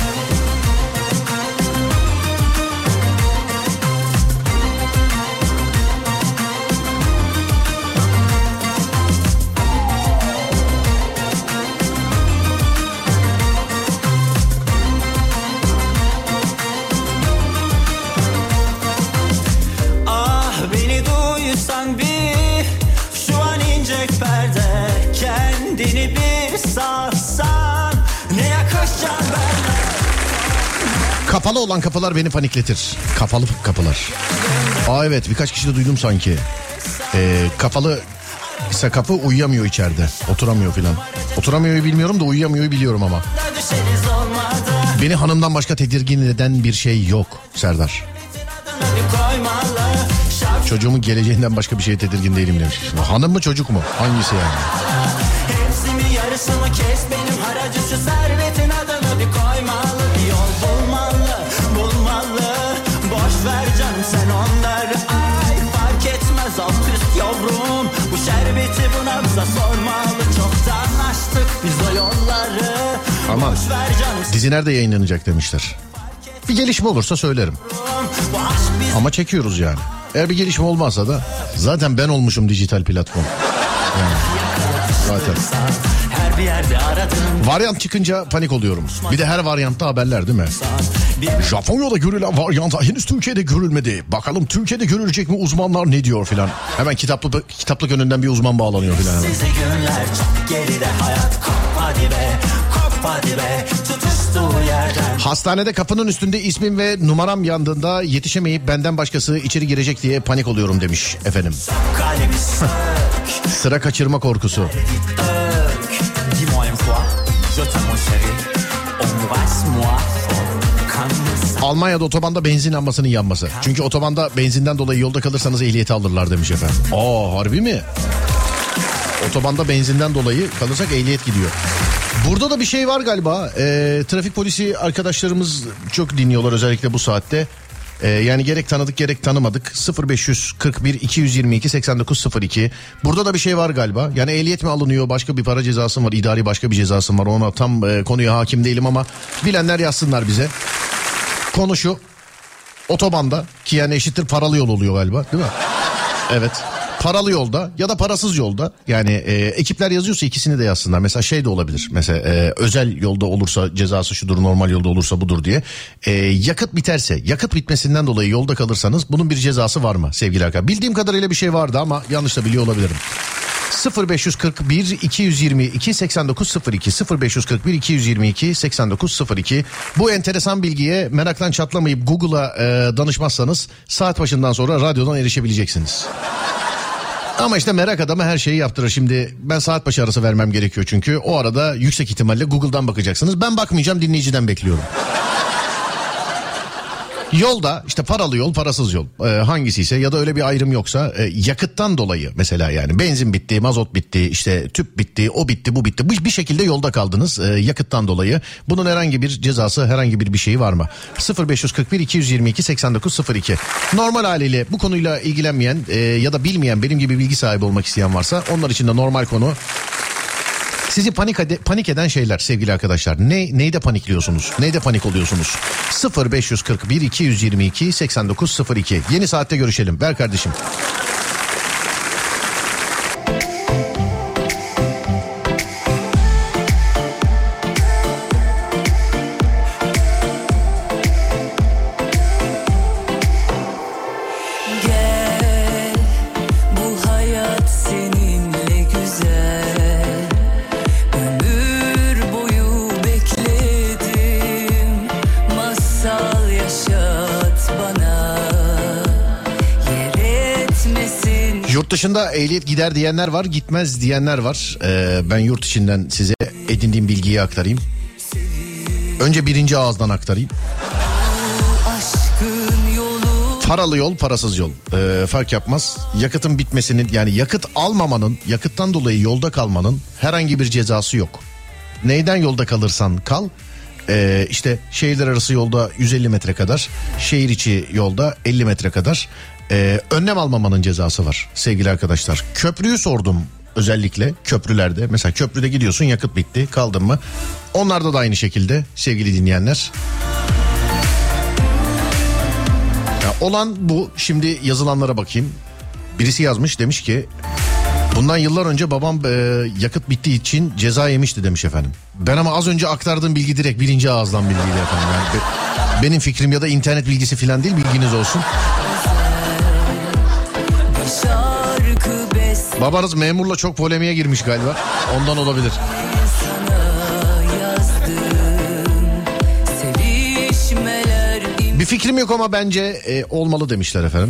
Beni duysan bir, şu an inecek perde, kendini bir salsan, ne yakışacaksın benden. Kapalı olan kapılar beni panikletir. Kapalı kapılar. Aa evet, birkaç kişi de duydum sanki. Kapalı ise kapı uyuyamıyor içeride. Oturamıyor filan. Oturamıyor bilmiyorum da uyuyamıyor biliyorum ama. Beni hanımdan başka tedirgin eden bir şey yok Serdar. Çocuğumun geleceğinden başka bir şeye tedirgin değilim demiş. Hanım mı çocuk mu? Hangisi yani? Hepsi mi yarısı mı, kes benim haracı, şu servetin adını bir koymalı. Bir yol bulmalı, bulmalı, boş ver canım sen onları. Ay fark etmez alt üst yavrum, bu şerbeti bu nabza sormalı. Çoktan açtık biz o yolları. Aman, dizi nerede yayınlanacak demişler. Bir gelişme olursa söylerim. Ama çekiyoruz yani. Eğer bir gelişme olmazsa da zaten ben olmuşum dijital platform. Yani, zaten. Varyant çıkınca panik oluyorum. Bir de her varyantta haberler değil mi? Japonya'da görülen varyant henüz Türkiye'de görülmedi. Bakalım Türkiye'de görülecek mi, uzmanlar ne diyor filan. Hemen kitaplık önünden bir uzman bağlanıyor filan hemen. Sizi günler çok geride, hayat kop hadi be, kop hadi be, tutuştuğu yerden. Hastanede kapının üstünde ismim ve numaram yandığında yetişemeyip benden başkası içeri girecek diye panik oluyorum demiş efendim. Sıra kaçırma korkusu. Almanya'da otobanda benzin lambasının yanması. Çünkü otobanda benzinden dolayı yolda kalırsanız ehliyeti alırlar demiş efendim. Aa, harbi mi? Otobanda benzinden dolayı kalırsak ehliyet gidiyor. Burada da bir şey var galiba. Trafik polisi arkadaşlarımız çok dinliyorlar özellikle bu saatte. Yani gerek tanıdık gerek tanımadık. 0541 222 8902. Burada da bir şey var galiba. Yani ehliyet mi alınıyor, başka bir para cezası mı var, idari başka bir cezası mı var, ona tam konuya hakim değilim ama bilenler yazsınlar bize. Konu şu: otobanda, ki yani eşittir paralı yol oluyor galiba değil mi? Evet. Paralı yolda ya da parasız yolda, yani ekipler yazıyorsa ikisini de yazsınlar. Mesela şey de olabilir, mesela özel yolda olursa cezası şudur, normal yolda olursa budur diye. Yakıt biterse, yakıt bitmesinden dolayı yolda kalırsanız bunun bir cezası var mı sevgili arkadaşlar? Bildiğim kadarıyla bir şey vardı ama yanlış da biliyor olabilirim. 0541 222 8902 0541 222 8902. Bu enteresan bilgiye meraktan çatlamayıp Google'a danışmazsanız saat başından sonra radyodan erişebileceksiniz. Ama işte merak adamı her şeyi yaptırır. Şimdi ben saat başı arası vermem gerekiyor çünkü. O arada yüksek ihtimalle Google'dan bakacaksınız. Ben bakmayacağım, dinleyiciden bekliyorum. Yolda işte paralı yol, parasız yol hangisi ise ya da öyle bir ayrım yoksa yakıttan dolayı mesela, yani benzin bitti, mazot bitti, işte tüp bitti, o bitti, bu bitti. Bir şekilde yolda kaldınız yakıttan dolayı. Bunun herhangi bir cezası, herhangi bir şeyi var mı? 0541 222 8902. Normal haliyle bu konuyla ilgilenmeyen ya da bilmeyen, benim gibi bilgi sahibi olmak isteyen varsa onlar için de normal konu. Sizi panik eden şeyler sevgili arkadaşlar. Neyde panikliyorsunuz? Neyde panik oluyorsunuz? 0541 222 8902. Yeni saatte görüşelim. Ver kardeşim. başında ehliyet gider diyenler var, gitmez diyenler var. Ben yurt içinden size edindiğim bilgiyi aktarayım. Önce birinci ağızdan aktarayım. Paralı yol, parasız yol. Fark yapmaz. Yakıtın bitmesinin, yani yakıt almamanın, yakıttan dolayı yolda kalmanın herhangi bir cezası yok. Neyden yolda kalırsan kal. İşte şehirler arası yolda 150 metre kadar, şehir içi yolda 50 metre kadar önlem almamanın cezası var sevgili arkadaşlar. Köprüyü sordum özellikle, köprülerde mesela köprüde gidiyorsun, yakıt bitti, kaldın mı? Onlarda da aynı şekilde sevgili dinleyenler. Ya olan bu. Şimdi yazılanlara bakayım. Birisi yazmış, demiş ki bundan yıllar önce babam yakıt bittiği için ceza yemişti demiş efendim. Ben ama az önce aktardığım bilgi direkt birinci ağızdan bilgiydi efendim. Yani benim fikrim ya da internet bilgisi falan değil, bilginiz olsun. Babanız memurla çok polemiğe girmiş galiba. Ondan olabilir. Bir fikrim yok ama bence olmalı demişler efendim.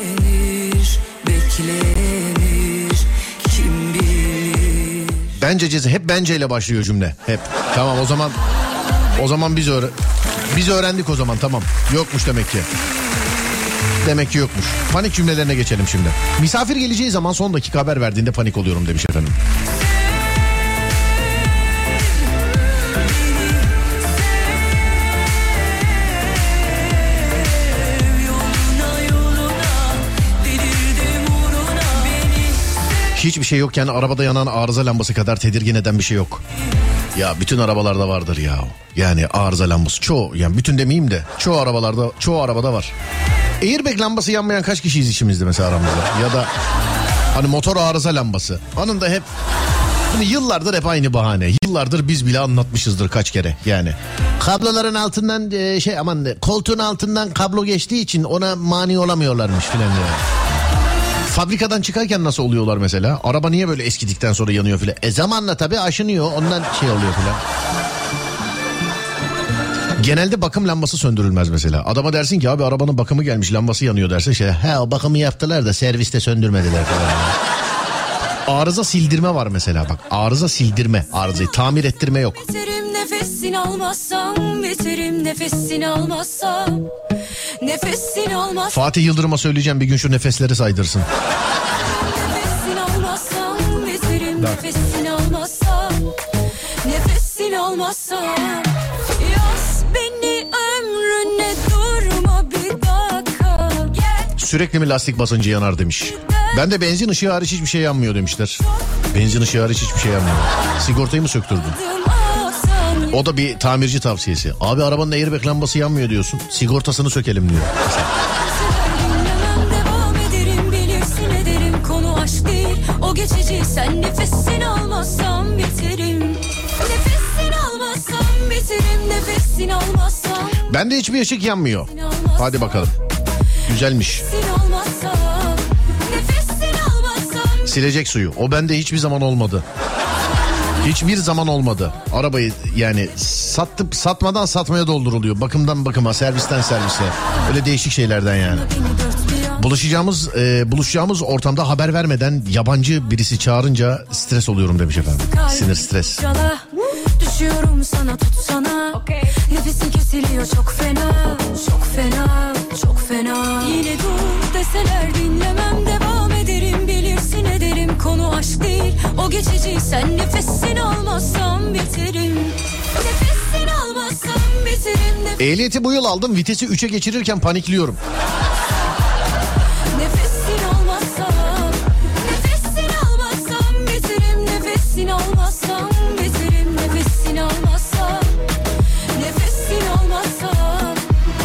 Bence ceza, hep benceyle başlıyor cümle. Hep. Tamam, o zaman biz öğrendik o zaman, tamam. Yokmuş demek ki. Demek ki yokmuş. Panik cümlelerine geçelim şimdi. Misafir geleceği zaman son dakika haber verdiğinde panik oluyorum demiş efendim. Hiçbir şey yokken arabada yanan arıza lambası kadar tedirgin eden bir şey yok. Ya bütün arabalarda vardır ya. Yani arıza lambası yani bütün demeyeyim de çoğu arabada var. Airbag lambası yanmayan kaç kişiyiz içimizde mesela aramızda? Ya da hani motor arıza lambası. Onun da hep hani yıllardır hep aynı bahane. Yıllardır biz bile anlatmışızdır kaç kere yani. Kabloların altından koltuğun altından kablo geçtiği için ona mani olamıyorlarmış filan ya. Fabrikadan çıkarken nasıl oluyorlar mesela? Araba niye böyle eskidikten sonra yanıyor filan? Zamanla tabii aşınıyor, ondan şey oluyor filan. Genelde bakım lambası söndürülmez mesela. Adama dersin ki abi arabanın bakımı gelmiş, lambası yanıyor derse o bakımı yaptılar da serviste söndürmediler falan. Arıza sildirme var mesela, bak arıza sildirme, arızayı tamir ettirme yok. Biterim nefesini almazsam, biterim nefesini almazsam, nefesini almazsam. Fatih Yıldırım'a söyleyeceğim bir gün şu nefesleri saydırsın. Nefesini almazsam, biterim nefesini almazsam, nefesini almazsam. Yaz beni ömrüne, durma bir dakika. Sürekli mi lastik basıncı yanar demiş. Ben de benzin ışığı hariç hiçbir şey yanmıyor demişler. Benzin ışığı hariç hiçbir şey yanmıyor. Sigortayı mı söktürdün? O da bir tamirci tavsiyesi. Abi arabanın airbag lambası yanmıyor diyorsun. Sigortasını sökelim diyor. Devam ederim, bilirsin ederim, konu aşk değil. O geçici, sen nefesini almazsam biterim. Nefesini almazsam biterim, nefesini almazsam. Bende hiçbir ışık yanmıyor. Hadi bakalım. Güzelmiş. Silecek suyu. O bende hiçbir zaman olmadı. Hiçbir zaman olmadı. Arabayı yani satmadan satmaya dolduruluyor. Bakımdan bakıma, servisten servise. Öyle değişik şeylerden yani. Buluşacağımız ortamda haber vermeden yabancı birisi çağırınca stres oluyorum demiş efendim. Sinir, stres. Düşüyorum sana, tutsana. Nefesin kesiliyor çok fena, çok fena, çok fena. Yine dur deseler dinlemem, devam ederim, bilirsin ederim, konu aşk değil. O geçici, sen nefesini almazsam biterim. Nefesini almazsam biterim. Ehliyeti bu yıl aldım, vitesi 3'e geçirirken panikliyorum. Nefesini almazsam, nefesini almazsam biterim. Nefesini almazsam biterim. Nefesini almazsam, nefesini almazsam.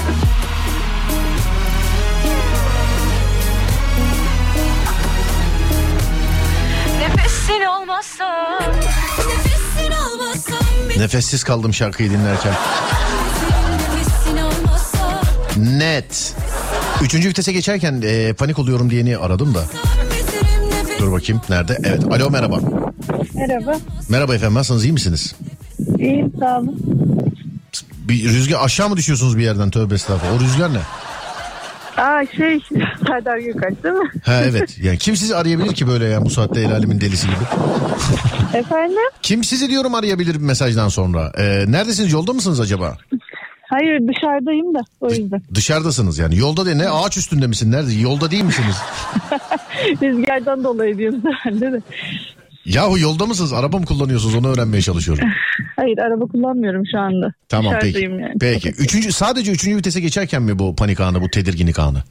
Nefesini almazsam, nefesini almazsam. Nefessiz kaldım şarkıyı dinlerken. Nefesini almazsam. Net. 3. vitese geçerken panik oluyorum diyeni aradım da. Dur bakayım nerede? Evet. Alo, merhaba. Merhaba. Merhaba efendim, nasılsınız, iyi misiniz? İyiyim, sağ olun. Bir rüzgar, aşağı mı düşüyorsunuz bir yerden? Tövbe estağfurullah. O rüzgar ne? Serdar Gökalp değil mi? Ha evet. Yani kim sizi arayabilir ki böyle ya bu saatte el alemin delisi gibi? Efendim? Kim sizi diyorum arayabilir bir mesajdan sonra? Neredesiniz? Yolda mısınız acaba? Hayır, dışarıdayım da o yüzden. Dışarıdasınız yani. Yolda değil, ne ağaç üstünde misin? Nerede? Yolda değil misiniz? Rüzgardan dolayı diyoruz herhalde de. Yahu yolda mısınız? Araba mı kullanıyorsunuz? Onu öğrenmeye çalışıyorum. Hayır, araba kullanmıyorum şu anda. Tamam peki. Dışarıdayım yani. Peki. Sadece 3. vitese geçerken mi bu panik anı, bu tedirginlik anı?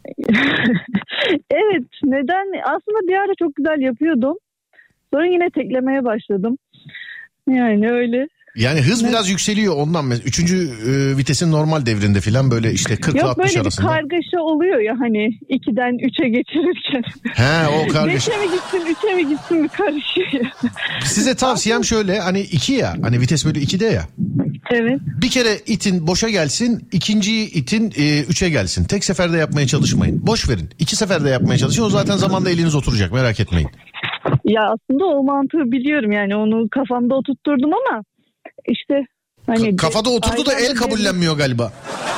Evet, neden? Aslında bir ara çok güzel yapıyordum. Sonra yine teklemeye başladım. Yani öyle. Yani hız biraz yükseliyor ondan. 3. vitesin normal devrinde falan böyle işte 40 ile 60 arasında. Yok, böyle bir kargaşa oluyor ya hani 2'den 3'e geçirirken. He, o kargaşa. 5'e mi gitsin 3'e mi gitsin bir karışıyor. Size tavsiyem şöyle, hani 2 ya, hani vites böyle 2'de ya. Evet. Bir kere itin boşa gelsin, ikinci itin 3'e gelsin. Tek seferde yapmaya çalışmayın. Boş verin. 2 seferde yapmaya çalışın. O zaten zamanla eliniz oturacak, merak etmeyin. Ya aslında o mantığı biliyorum yani, onu kafamda oturtturdum ama işte hani kafada oturdu da el kabullenmiyor galiba.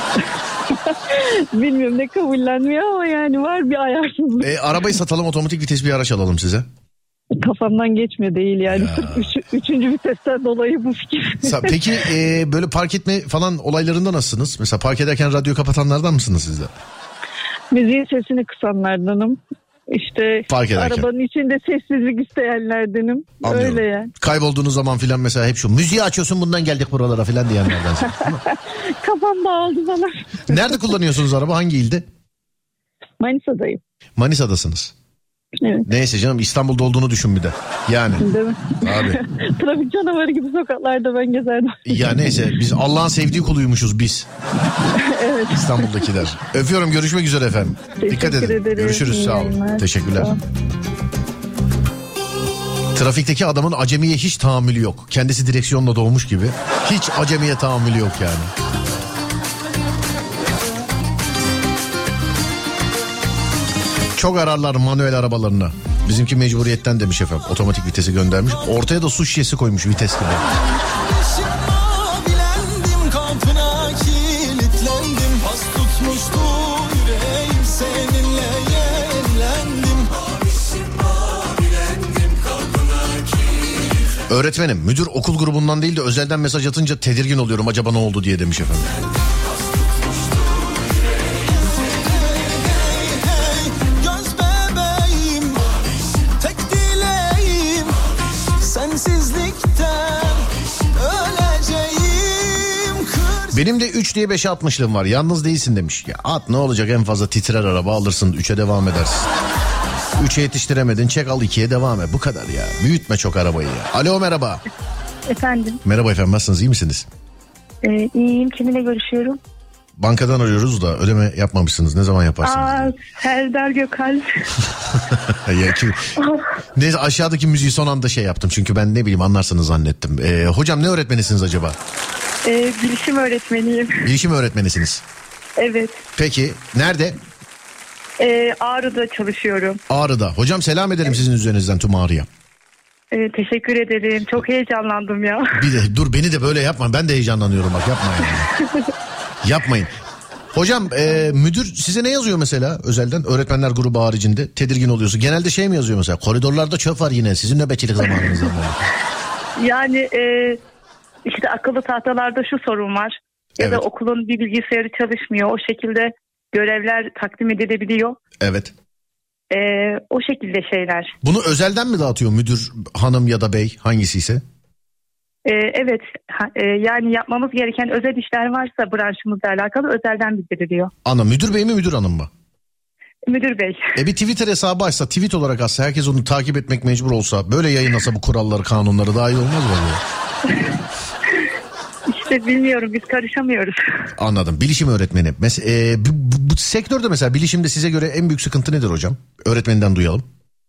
Bilmiyorum ne kabullenmiyor ama yani var bir ayarsızlık. Arabayı satalım, otomatik vites bir araç alalım size. Kafamdan geçmiyor değil yani. Üçüncü vitesten dolayı bu fikir. Peki böyle park etme falan olaylarında nasılsınız? Mesela park ederken radyo kapatanlardan mısınız siz de? Müziğin sesini kısanlardanım. İşte arabanın içinde sessizlik isteyenlerdenim. Anlıyorum. Öyle yani. Kaybolduğunuz zaman filan mesela hep şu müziği açıyorsun, bundan geldik buralara filan diyenlerden. Kafam dağıldı falan. Nerede kullanıyorsunuz araba? Hangi ilde? Manisa'dayım. Manisa'dasınız. Evet. Neyse canım, İstanbul'da olduğunu düşün bir de. Yani. Değil mi? Abi. Trafik canavarı gibi sokaklarda ben gezerdim. Ya neyse, biz Allah'ın sevdiği kuluymuşuz biz. Evet. İstanbul'dakiler. Öpüyorum, görüşmek üzere efendim. Dikkat edin. Ederim. Görüşürüz, sağ olun. Teşekkürler. Trafikteki adamın acemiye hiç tahammülü yok. Kendisi direksiyonla doğmuş gibi. Hiç acemiye tahammülü yok yani. Çok ararlar manuel arabalarına. Bizimki mecburiyetten demiş efendim. Otomatik vitesi göndermiş. Ortaya da su şişesi koymuş vites gibi. Öğretmenim, müdür okul grubundan değil de özelden mesaj atınca tedirgin oluyorum. Acaba ne oldu diye demiş efendim. Benim de 3 diye 5'e atmışlığım var. Yalnız değilsin demiş. Ya at, ne olacak, en fazla titrer araba, alırsın 3'e devam edersin. 3'e yetiştiremedin, çek al 2'ye devam et. Bu kadar ya. Büyütme çok arabayı ya. Alo, merhaba. Efendim. Merhaba efendim, nasılsınız, iyi misiniz? İyiyim, kiminle görüşüyorum? Bankadan arıyoruz da ödeme yapmamışsınız. Ne zaman yaparsınız? Serdar Gökalp. Neyse, aşağıdaki müziği son anda şey yaptım. Çünkü ben ne bileyim anlarsınız zannettim. Hocam ne öğretmenisiniz acaba? Bilişim öğretmeniyim. Bilişim öğretmenisiniz. Evet. Peki nerede? Ağrı'da çalışıyorum. Ağrı'da. Hocam selam ederim sizin üzerinizden tüm Ağrı'ya. Teşekkür ederim. Çok heyecanlandım ya. Bir de dur, beni de böyle yapma. Ben de heyecanlanıyorum bak, yapma yani. Yapmayın. Hocam müdür size ne yazıyor mesela özelden, öğretmenler grubu haricinde tedirgin oluyorsun? Genelde şey mi yazıyor mesela, koridorlarda çöp var yine, sizin nöbetçilik zamanınızda mı? Yani işte akıllı tahtalarda şu sorun var. Ya evet. Da okulun bir bilgisayarı çalışmıyor. O şekilde görevler takdim edilebiliyor. Evet. O şekilde şeyler. Bunu özelden mi dağıtıyor müdür hanım ya da bey, hangisi ise? Evet. Yani yapmamız gereken özel işler varsa branşımızla alakalı özelden bildiriliyor. Ana, müdür bey mi müdür hanım mı? Müdür bey. Bir Twitter hesabı açsa, tweet olarak açsa, herkes onu takip etmek mecbur olsa, böyle yayınlasa bu kuralları, kanunları, daha iyi olmaz mı? İşte bilmiyorum, biz karışamıyoruz. Anladım. Bilişim öğretmeni. Bu sektörde mesela bilişimde size göre en büyük sıkıntı nedir hocam? Öğretmeninden duyalım.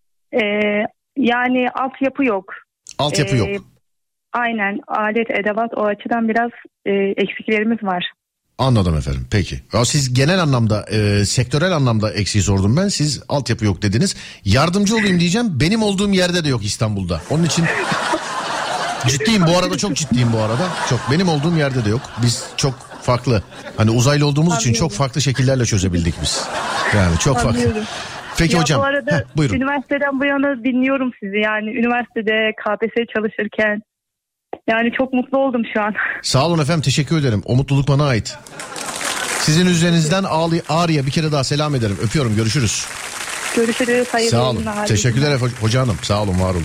Yani altyapı yok. Altyapı yok. Aynen, alet, edevat, o açıdan biraz eksiklerimiz var. Anladım efendim, peki. Ya siz genel anlamda, sektörel anlamda eksiği sordum ben. Siz altyapı yok dediniz. Yardımcı olayım diyeceğim. Benim olduğum yerde de yok İstanbul'da. Onun için ciddiyim bu arada, çok ciddiyim bu arada. Çok, benim olduğum yerde de yok. Biz çok farklı. Hani uzaylı olduğumuz için çok farklı şekillerle çözebildik biz. Yani çok farklı. Anlıyorum. Peki Ya hocam. Bu arada Buyurun. üniversiteden bu yana dinliyorum sizi. Yani üniversitede KPSS çalışırken. Yani çok mutlu oldum şu an. Sağ olun efendim, teşekkür ederim. O mutluluk bana ait. Sizin üzerinizden Ağrı'ya bir kere daha selam ederim. Öpüyorum, görüşürüz. Görüşürüz. Hayırlı Sağ olun. yayınlar. Teşekkürler hoca hanım. Sağ olun, var olun.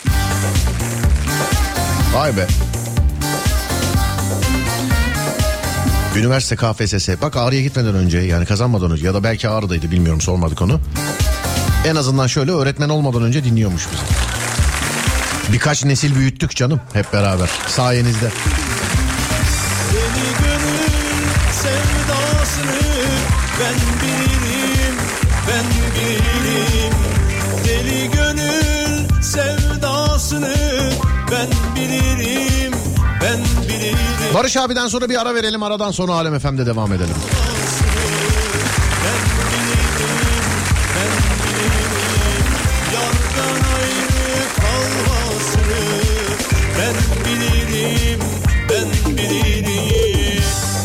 Vay be. Üniversite KPSS. Bak Ağrı'ya gitmeden önce, yani kazanmadan önce, ya da belki Ağrı'daydı, bilmiyorum, sormadık onu. En azından şöyle öğretmen olmadan önce dinliyormuş bizi. Birkaç nesil büyüttük canım hep beraber sayenizde. Deli gönül sevdasını ben bilirim, ben bilirim. Deli gönül sevdasını ben bilirim, ben bilirim. Barış abiden sonra bir ara verelim, aradan sonra Alem FM'de devam edelim. Ben bilirim, ben bilirim.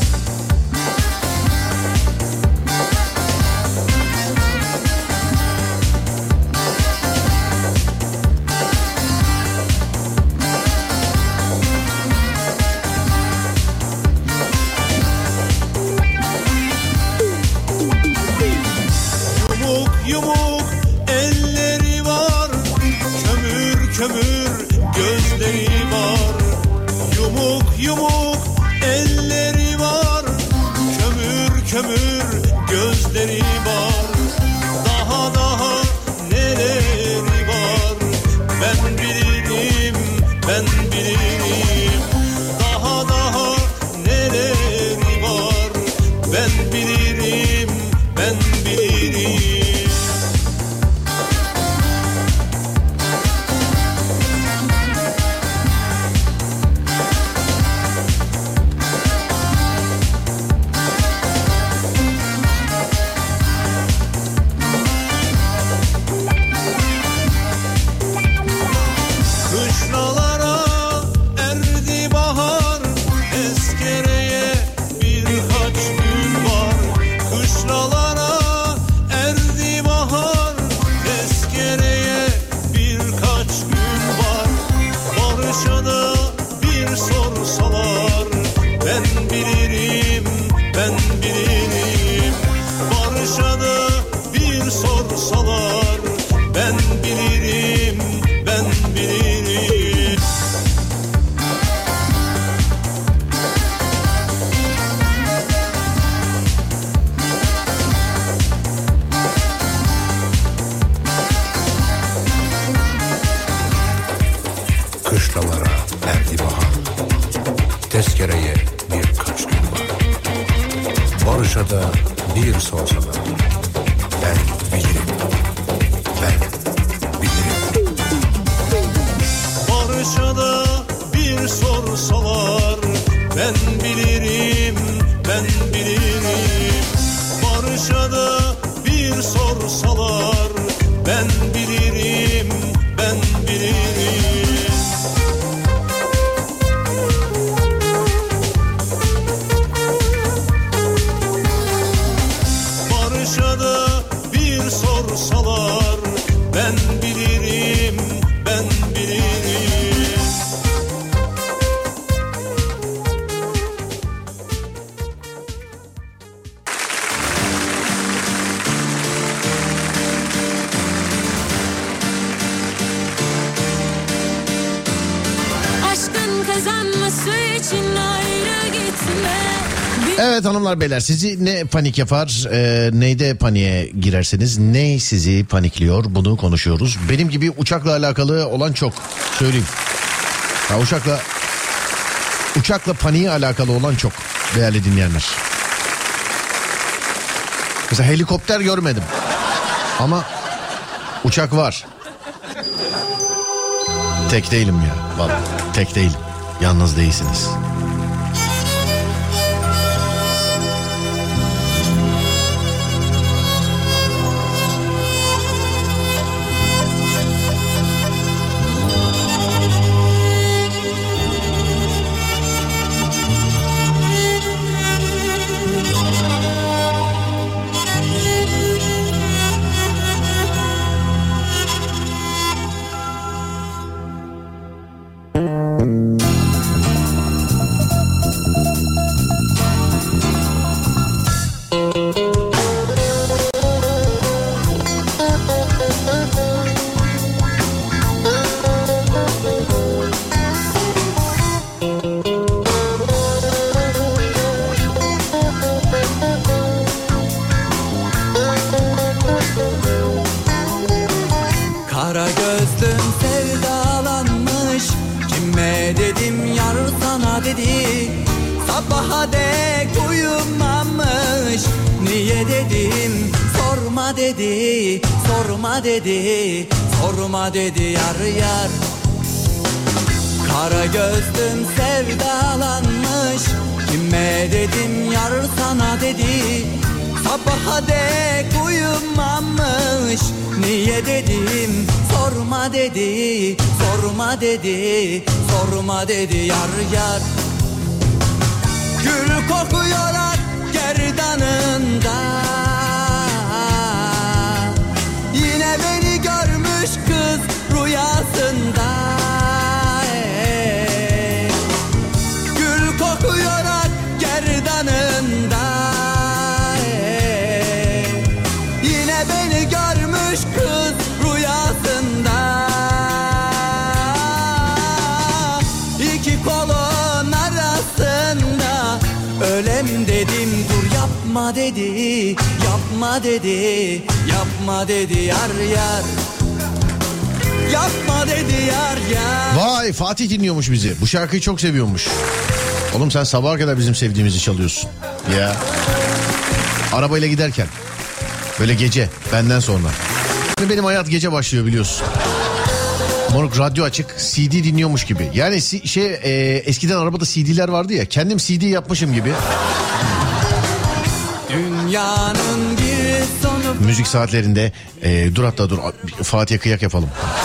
Yumuk yumuk elleri var, kömür kömür gözleri var. Yumuk yumuk elleri var, kömür kömür gözleri var. Daha daha neleri var, ben bilirim, ben bilirim. Daha daha neleri var, ben bilirim, ben bilirim. Kışlalara erdi bahar, eskereye birkaç gün var. Kışlalara erdi bahar, eskereye birkaç gün var. Barış'a da bir sorsalar, ben bilirim, ben bilirim. Barış'a da bir sorsalar, ben bilirim, ben bilirim. Kışlalara erdi bahar, tezkereye birkaç gün var. Barış'a da bir sorsalar, ben bilirim, ben bilirim. Barış'a da bir sorsalar, ben bilirim, ben bilirim. Barış'a da bir sorsalar, ben bilirim, ben bilirim. Barış'a da bir sorsalar, ben bilirim, ben bilirim. Aşkın kazanması için ayrı gitme. Evet hanımlar beyler, sizi ne panik yapar, neyde paniğe girerseniz, ne sizi panikliyor, bunu konuşuyoruz. Benim gibi uçakla alakalı olan çok, söyleyeyim. Ya uçakla paniğe alakalı olan çok değerli dinleyenler. Mesela helikopter görmedim ama uçak var. Tek değilim ya, vallahi tek değilim, yalnız değilsiniz. Kara gözlüm sevdalanmış, kime dedim yar sana dedi. Sabaha dek uyumamış, niye dedim sorma dedi. Sorma dedi, sorma dedi yar yar. Kara gözlüm sevdalanmış, kime dedim yar sana dedi. Sabaha dek uyumamış, niye dedim sorma dedi. Sorma dedi, sorma dedi yar yar. Gül kokuyor ak gerdanında, yine beni görmüş kız rüyasında. Gül kokuyor ak gerdanında, yine beni görmüş kız rüyasında. İki kolun arasında ölem dedim, dur yapma dedi. Yapma dedi, yapma dedi yar yar. Yapma dedi yar yar. Vay, Fatih dinliyormuş bizi. Bu şarkıyı çok seviyormuş. Oğlum sen sabaha kadar bizim sevdiğimizi çalıyorsun. Ya. Arabayla giderken. Böyle gece, benden sonra. Benim hayat gece başlıyor biliyorsun. Moruk radyo açık, CD dinliyormuş gibi. Yani eskiden arabada CD'ler vardı ya. Kendim CD yapmışım gibi. Dünyanın bir sonu. Müzik saatlerinde dur Fatih'e kıyak yapalım.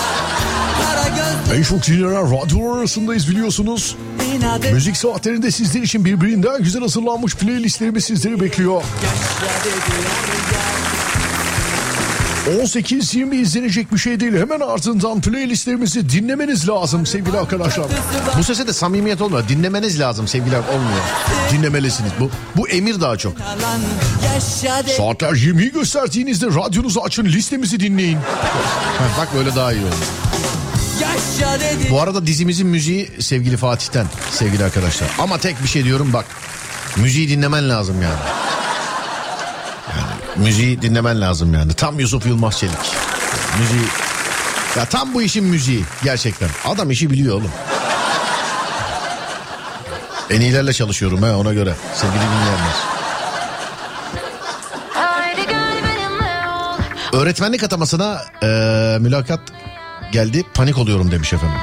En çok dinlenen radyolar arasındayız biliyorsunuz. Müzik saatlerinde sizler için birbirinden güzel hazırlanmış playlistlerimiz sizleri bekliyor. 18-20 izlenecek bir şey değil. Hemen ardından playlistlerimizi dinlemeniz lazım sevgili arkadaşlar. Bu sese de samimiyet olmuyor. Dinlemeniz lazım sevgiler, olmuyor. Dinlemelisiniz. Bu emir daha çok. Saatler 20'yi gösterdiğinizde radyonuzu açın, listemizi dinleyin. Bak böyle daha iyi olur. Bu arada dizimizin müziği sevgili Fatih'ten sevgili arkadaşlar. Ama tek bir şey diyorum bak. Müziği dinlemen lazım yani. Müziği dinlemen lazım yani. Tam Yusuf Yılmaz Çelik. Müziği. Ya tam bu işin müziği gerçekten. Adam işi biliyor oğlum. En iyilerle çalışıyorum ona göre sevgili dinleyenler. Öğretmenlik atamasına mülakat geldi, panik oluyorum demiş efendim.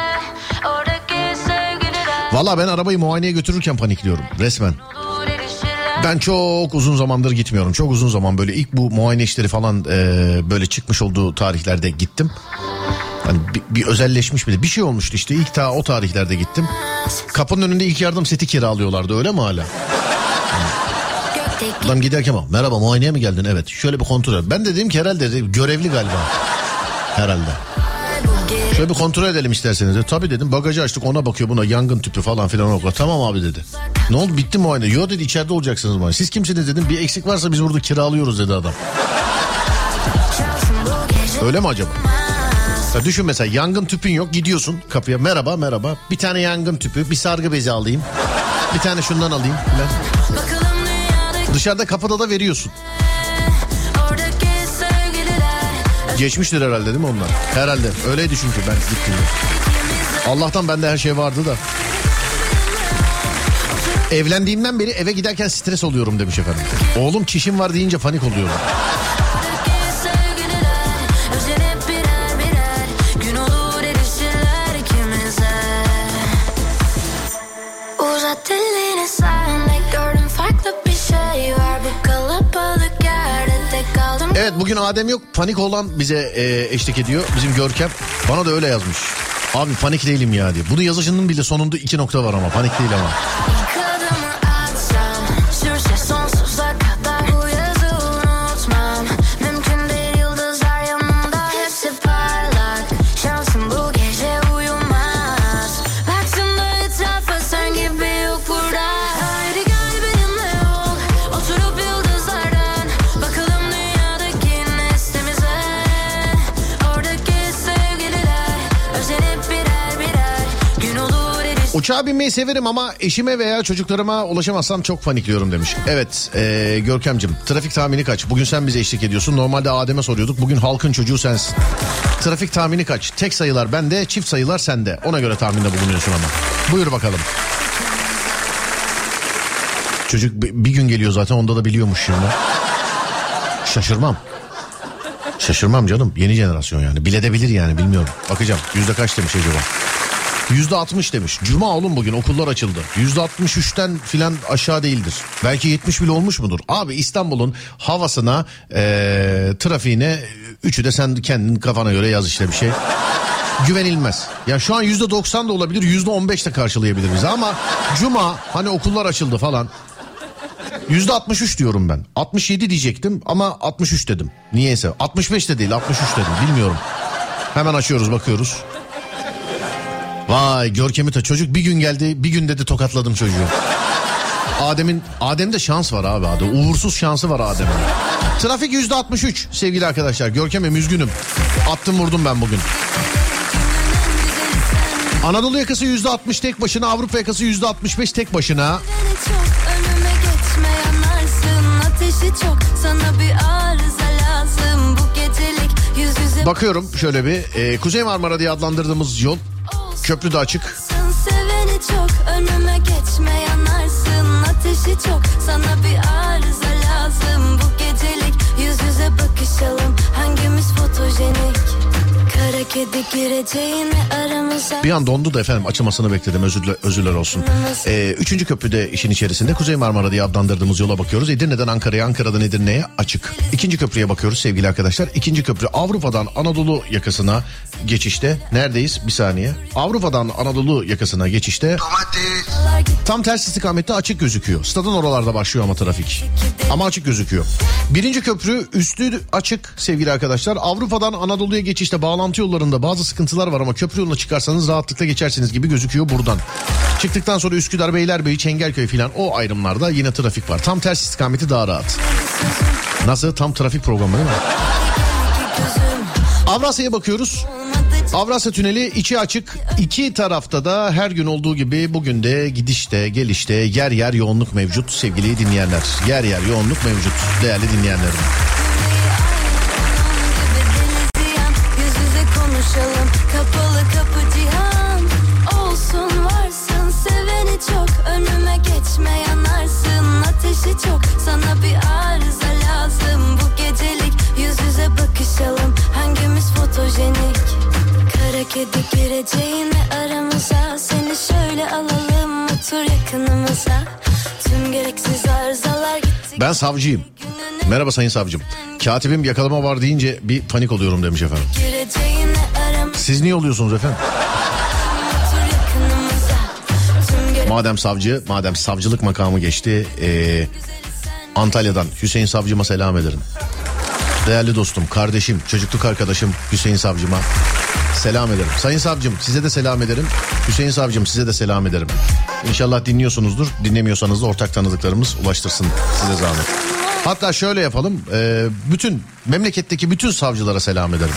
Valla ben arabayı muayeneye götürürken panikliyorum resmen. Ben çok uzun zamandır gitmiyorum. Çok uzun zaman böyle ilk bu muayene işleri falan böyle çıkmış olduğu tarihlerde gittim. Hani bir özelleşmiş bir şey olmuştu işte, ilk o tarihlerde gittim. Kapının önünde ilk yardım seti kiralıyorlardı, öyle mi hala? Adam giderken merhaba muayeneye mi geldin? Evet, şöyle bir kontrol et. Ben de dedim ki herhalde görevli galiba. Herhalde. Şöyle bir kontrol edelim isterseniz. Tabii dedim, bagajı açtık, ona bakıyor, buna yangın tüpü falan filan okla. Tamam abi dedi. Ne oldu, bitti muayene? Yo dedi, içeride olacaksınız muayene. Siz kimsiniz dedim, bir eksik varsa biz burada kiralıyoruz dedi adam. Öyle mi acaba? Ya düşün mesela, yangın tüpün yok, gidiyorsun kapıya, merhaba bir tane yangın tüpü, bir sargı bezi alayım, bir tane şundan alayım falan. Dışarıda kapıda da veriyorsun. Geçmiştir herhalde değil mi onlar? Herhalde öyleydi çünkü ben gittiğimde. Allah'tan bende her şey vardı da. Evlendiğimden beri eve giderken stres oluyorum demiş efendim. Oğlum çişim var deyince panik oluyorum. Evet, bugün Adem yok, panik olan bize eşlik ediyor bizim Görkem. Bana da öyle yazmış. Abi panik değilim ya diye. Bunun yazışının bile sonunda 2 nokta var ama panik değil ama. Uçağa binmeyi severim ama eşime veya çocuklarıma ulaşamazsam çok panikliyorum demiş. Evet Görkem'cim, trafik tahmini kaç? Bugün sen bize eşlik ediyorsun. Normalde Adem'e soruyorduk. Bugün halkın çocuğu sensin. Trafik tahmini kaç? Tek sayılar bende, çift sayılar sende. Ona göre tahminde bulunuyorsun ama. Buyur bakalım. Çocuk bir gün geliyor zaten, onda da biliyormuş şimdi. Şaşırmam. Şaşırmam canım. Yeni jenerasyon yani. Biledebilir yani, bilmiyorum. Bakacağım. Yüzde kaç demiş acaba? %60 demiş. Cuma oğlum, bugün okullar açıldı. %63'ten filan aşağı değildir. Belki 70 bile olmuş mudur? Abi İstanbul'un havasına, trafiğine, üçü de sen kendin kafana göre yaz işte bir şey. Güvenilmez. Ya şu an %90 da olabilir, %15 de karşılayabilir bizi ama Cuma hani okullar açıldı falan. %63 diyorum ben. 67 diyecektim ama 63 dedim. Niyeyse. 65 de değil, 63 dedim. Bilmiyorum. Hemen açıyoruz, bakıyoruz. Vay Görkem'i de çocuk bir gün geldi, bir gün dedi tokatladım çocuğu. Adem'de şans var abi. Uğursuz şansı var Adem'in. Trafik %63 sevgili arkadaşlar. Görkem'im üzgünüm. Attım vurdum ben bugün. Anadolu yakası %60 tek başına, Avrupa yakası %65 tek başına. Bakıyorum şöyle bir Kuzey Marmara diye adlandırdığımız yol, köprü de açık. Seveni çok, önüme geçme yanarsın. Ateşi çok, sana bir arıza lazım. Bu gecelik yüz yüze bakışalım. Hangimiz fotojenik? Kara kedi gireceğini aramıza. Bir an dondu da efendim, açılmasını bekledim, özürler olsun. Üçüncü köprüde işin içerisinde Kuzey Marmara diye adlandırdığımız yola bakıyoruz. Edirne'den Ankara'ya, Ankara'dan Edirne'ye açık. İkinci köprüye bakıyoruz sevgili arkadaşlar. İkinci köprü Avrupa'dan Anadolu yakasına geçişte. Neredeyiz? Bir saniye. Avrupa'dan Anadolu yakasına geçişte. Tam ters istikamette açık gözüküyor. Stadın oralarda başlıyor ama trafik. Ama açık gözüküyor. Birinci köprü üstü açık sevgili arkadaşlar. Avrupa'dan Anadolu'ya geçişte bağlantı yollarında bazı sıkıntılar var ama köprü yoluna çıkarsanız rahatlıkla geçersiniz gibi gözüküyor buradan. Çıktıktan sonra Üsküdar, Beylerbeyi, Çengelköy filan o ayrımlarda yine trafik var. Tam ters istikameti daha rahat. Nasıl? Tam trafik programı değil mi? Avrasya'ya bakıyoruz. Avrasya Tüneli içi açık. İki tarafta da her gün olduğu gibi bugün de gidişte, gelişte yer yer yoğunluk mevcut sevgili dinleyenler. Yer yer yoğunluk mevcut değerli dinleyenlerim. Kapalı kapı cihan olsun, varsın seveni çok, önüme geçme yanarsın. Ateşi çok, sana bir arıza lazım. Bu gecelik yüz yüze bakışalım. Hangimiz fotojenik? Kara kedi gireceğini aramıza. Seni şöyle alalım, otur yakınımıza. Tüm gereksiz arızalar gitti. Ben savcıyım. Merhaba sayın savcım. Katibim yakalama var deyince bir panik oluyorum demiş efendim. Siz niye oluyorsunuz efendim? Madem savcılık makamı geçti, Antalya'dan Hüseyin savcıma selam ederim. Değerli dostum, kardeşim, çocukluk arkadaşım Hüseyin savcıma selam ederim. Sayın savcım size de selam ederim. Hüseyin savcım size de selam ederim. İnşallah dinliyorsunuzdur. Dinlemiyorsanız da ortak tanıdıklarımız ulaştırsın size zahmet. Hatta şöyle yapalım, bütün memleketteki bütün savcılara selam ederim.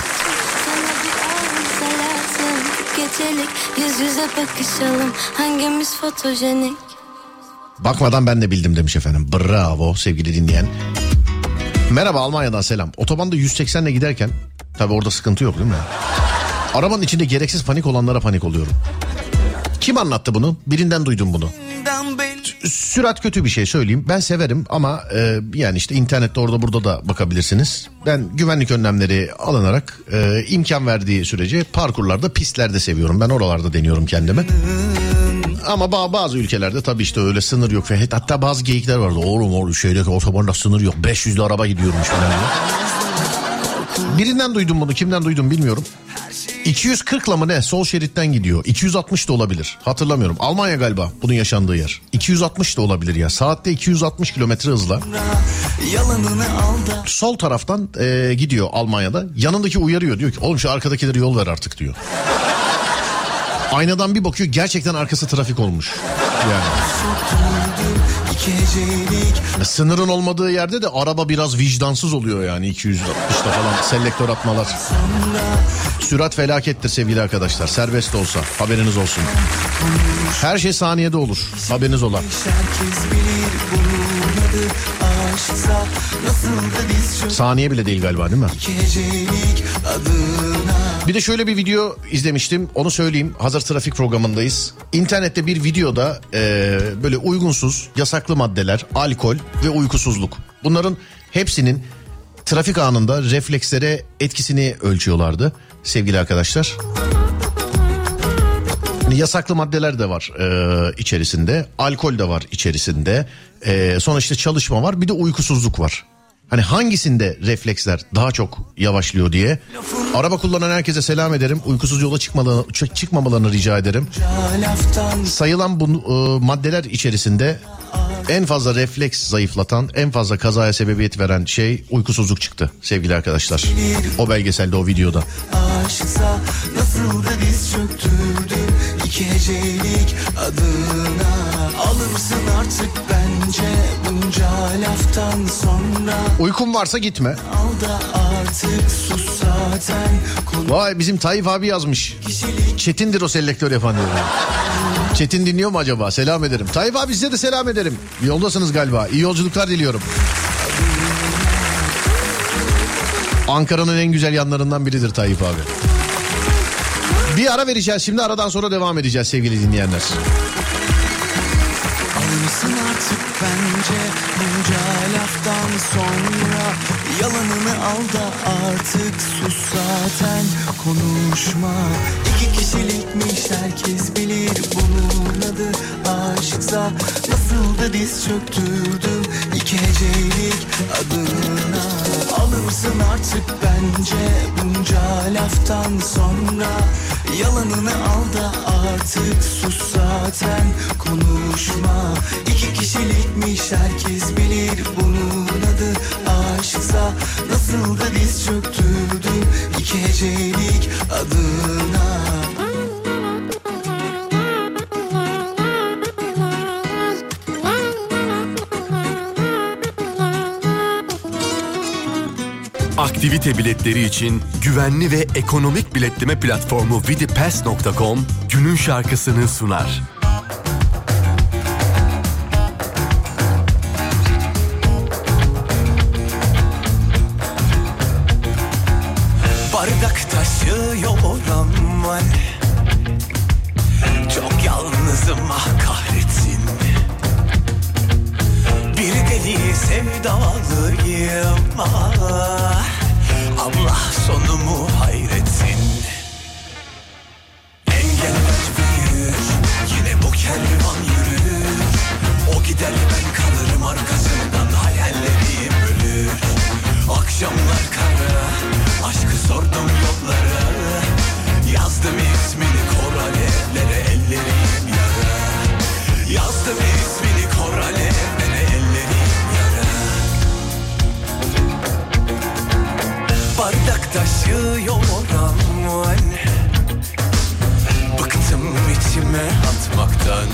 Yüz yüze bakışalım, hangimiz fotojenik? Bakmadan ben de bildim demiş efendim. Bravo sevgili dinleyen. Merhaba, Almanya'dan selam. Otobanda 180'le giderken, tabi orada sıkıntı yok değil mi? Arabanın içinde gereksiz panik olanlara panik oluyorum. Kim anlattı bunu? Birinden duydum bunu. Sürat kötü bir şey söyleyeyim. Ben severim ama yani işte internette orada burada da bakabilirsiniz. Ben güvenlik önlemleri alınarak imkan verdiği sürece parkurlarda, pistlerde seviyorum. Ben oralarda deniyorum kendimi. Ama bazı ülkelerde tabii işte öyle sınır yok. Hatta bazı geyikler vardı. Oğlum şeydeki otobanda sınır yok. 500'lü araba gidiyormuş falan. Birinden duydum bunu. Kimden duydum bilmiyorum. 240'la mı ne? Sol şeritten gidiyor. 260 da olabilir. Hatırlamıyorum. Almanya galiba bunun yaşandığı yer. 260 da olabilir ya. Saatte 260 kilometre hızla. Sol taraftan gidiyor Almanya'da. Yanındaki uyarıyor. Diyor ki oğlum şu arkadakileri yol ver artık diyor. Aynadan bir bakıyor, gerçekten arkası trafik olmuş. Yani. Sınırın olmadığı yerde de araba biraz vicdansız oluyor yani, 260'ta falan selektör atmalar. Sürat felakettir sevgili arkadaşlar, serbest olsa haberiniz olsun. Her şey saniyede olur, haberiniz ola. Saniye bile değil galiba, değil mi? Bir de şöyle bir video izlemiştim, onu söyleyeyim, hazır trafik programındayız. İnternette bir videoda böyle uygunsuz, yasaklı maddeler, alkol ve uykusuzluk, bunların hepsinin trafik anında reflekslere etkisini ölçüyorlardı sevgili arkadaşlar. Yani yasaklı maddeler de var içerisinde, alkol de var içerisinde, sonra işte çalışma var, bir de uykusuzluk var. Hani hangisinde refleksler daha çok yavaşlıyor diye. Araba kullanan herkese selam ederim. Uykusuz yola çıkmamalarını rica ederim. Sayılan bu maddeler içerisinde en fazla refleks zayıflatan, en fazla kazaya sebebiyet veren şey uykusuzluk çıktı sevgili arkadaşlar. O belgeselde, o videoda. Aşksa nasıl da diz çöktürdü, iki hecelik adına alırsın artık bence bunca laftan sonra. Uykun varsa gitme. Al da artık sus zaten. Vay, bizim Tayyip abi yazmış. Çetindir o selektör yapan diyor. Çetin dinliyor mu acaba? Selam ederim. Tayyip abi size de selam ederim. Yoldasınız galiba. İyi yolculuklar diliyorum. Ankara'nın en güzel yanlarından biridir Tayyip abi. Bir ara vereceğiz şimdi, aradan sonra devam edeceğiz sevgili dinleyenler. Almışsın artık bence bunca laftan sonra, yalanını al da artık sus zaten konuşma. İki kişilikmiş herkes bilir bunun adı aşksa, nasıl da diz çöktürdüm iki hecelik adına. Alırsın artık bence bunca laftan sonra, yalanını al da artık sus zaten konuşma. İki kişilikmiş herkes bilir bunun adı aşksa, nasıl da diz çöktürdüm iki hecelik adına. Aktivite biletleri için güvenli ve ekonomik biletleme platformu vidipass.com günün şarkısını sunar. Bardak taşıyor oram var, çok yalnızım ah kahretsin. Bir deli sevdalıyım ah, Allah sonumu hayretsin. Engeller büyür, yine bu kervan yürür. O gider ben kalırım arkasından, hayallerim ölür. Akşamlar kara, aşkı sordum yollara. Yazdım ismini kor alevlere, ellerim yara. Yazdım ismini kor alevlere, ellerim yara. Bardak taşıyor aman, bıktım içime atmaktan.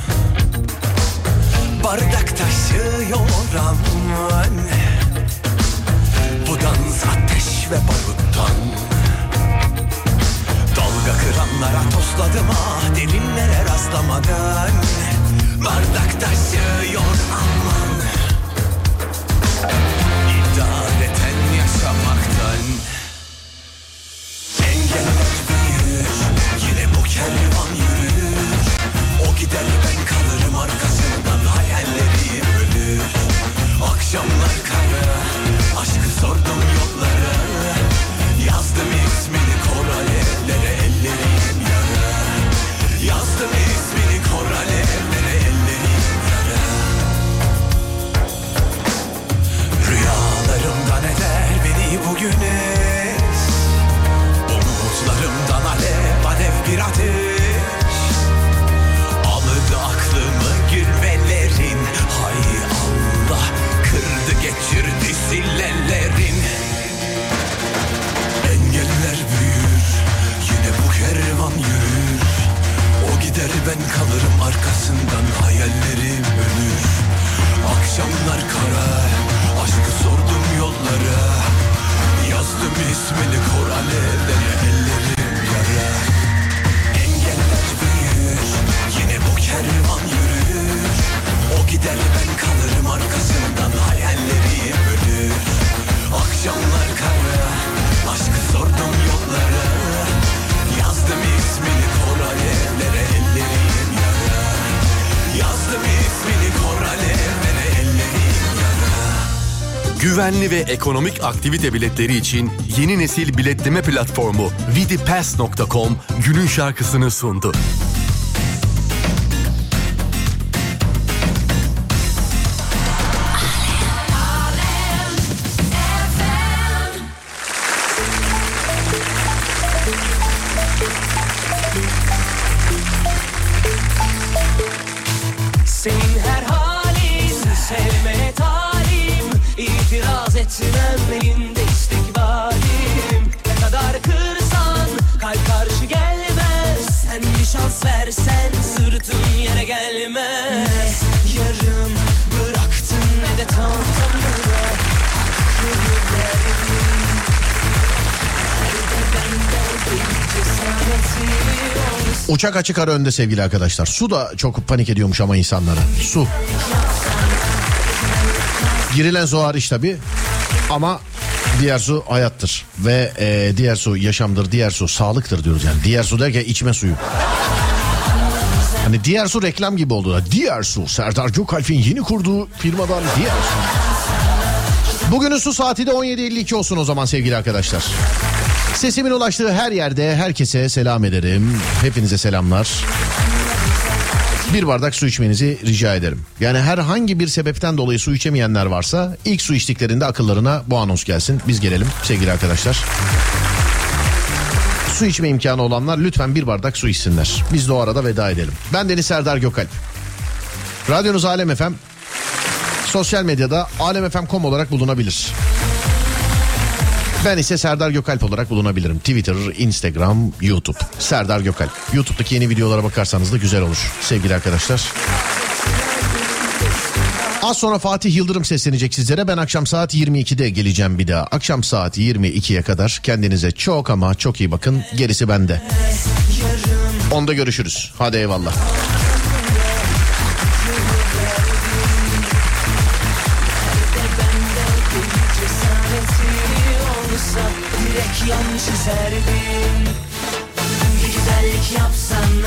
Bardak taşıyor aman, bu dans ateş ve baruttan. Dalga kıranlara tosladım ah, derinlere rastlamadan. Bardak taşıyor aman, idareten yaşamaktan. Engeller büyür, yine bu kervan yürür. O gider ben kalırım arkasından, hayallerim ölür. Akşamlar kara, aşkı sordum yollara. Yazdım ismini kor alevlere, ellerim yara. Yazdım ismini kor alevlere, ellerim yara. gider ben kalırım arkasından, hayallerim ölür. Akşamlar kara, aşkı sordum yollara, yazdım ismini kor alevlere, ellerim yara. Engeller büyür, yine bu kervan yürür. O gider ben kalırım arkasından, hayallerim ölür. Akşamlar kara, aşkı sordum yollara, yazdım ismini kor alevlere, ellerim yara. Yazdım ismini kor alevlere, ellerim yara. Güvenli ve ekonomik aktivite biletleri için yeni nesil biletleme platformu vidipass.com günün şarkısını sundu. Senin her halin sevmeye talim, İtiraz etmem elinde istikbalim. Ne kadar kırsan kalp karşı gelmez, sen bir şans versen sırtın yere gelmez. Yarım bıraktın ne de tam tamına, Uçak açık ara önde sevgili arkadaşlar. Su da çok panik ediyormuş ama insanlara. Su. Girilen su hariç tabii. Ama diğer su hayattır. Ve diğer su yaşamdır, diğer su sağlıktır diyoruz yani. Diğer su derken içme suyu. Hani diğer su reklam gibi oldu da. Diğer su, Serdar Gökalp'in yeni kurduğu firmadan diğer su. Bugünün su saati de 17.52 olsun o zaman sevgili arkadaşlar. Sesimin ulaştığı her yerde herkese selam ederim. Hepinize selamlar. Bir bardak su içmenizi rica ederim. Yani herhangi bir sebepten dolayı su içemeyenler varsa ilk su içtiklerinde akıllarına bu anons gelsin. Biz gelelim sevgili arkadaşlar. Su içme imkanı olanlar lütfen bir bardak su içsinler. Biz de o arada veda edelim. Ben Deniz Serdar Gökalp. Radyonuz Alem FM. Sosyal medyada alemfm.com olarak bulunabilir. Ben ise Serdar Gökalp olarak bulunabilirim. Twitter, Instagram, YouTube. Serdar Gökalp. YouTube'daki yeni videolara bakarsanız da güzel olur sevgili arkadaşlar. Az sonra Fatih Yıldırım seslenecek sizlere. Ben akşam saat 22'de geleceğim bir daha. Akşam saat 22'ye kadar kendinize çok ama çok iyi bakın. Gerisi bende. Onda görüşürüz. Hadi eyvallah. Direkt yanlış çizerdin. Bir güzellik yapsan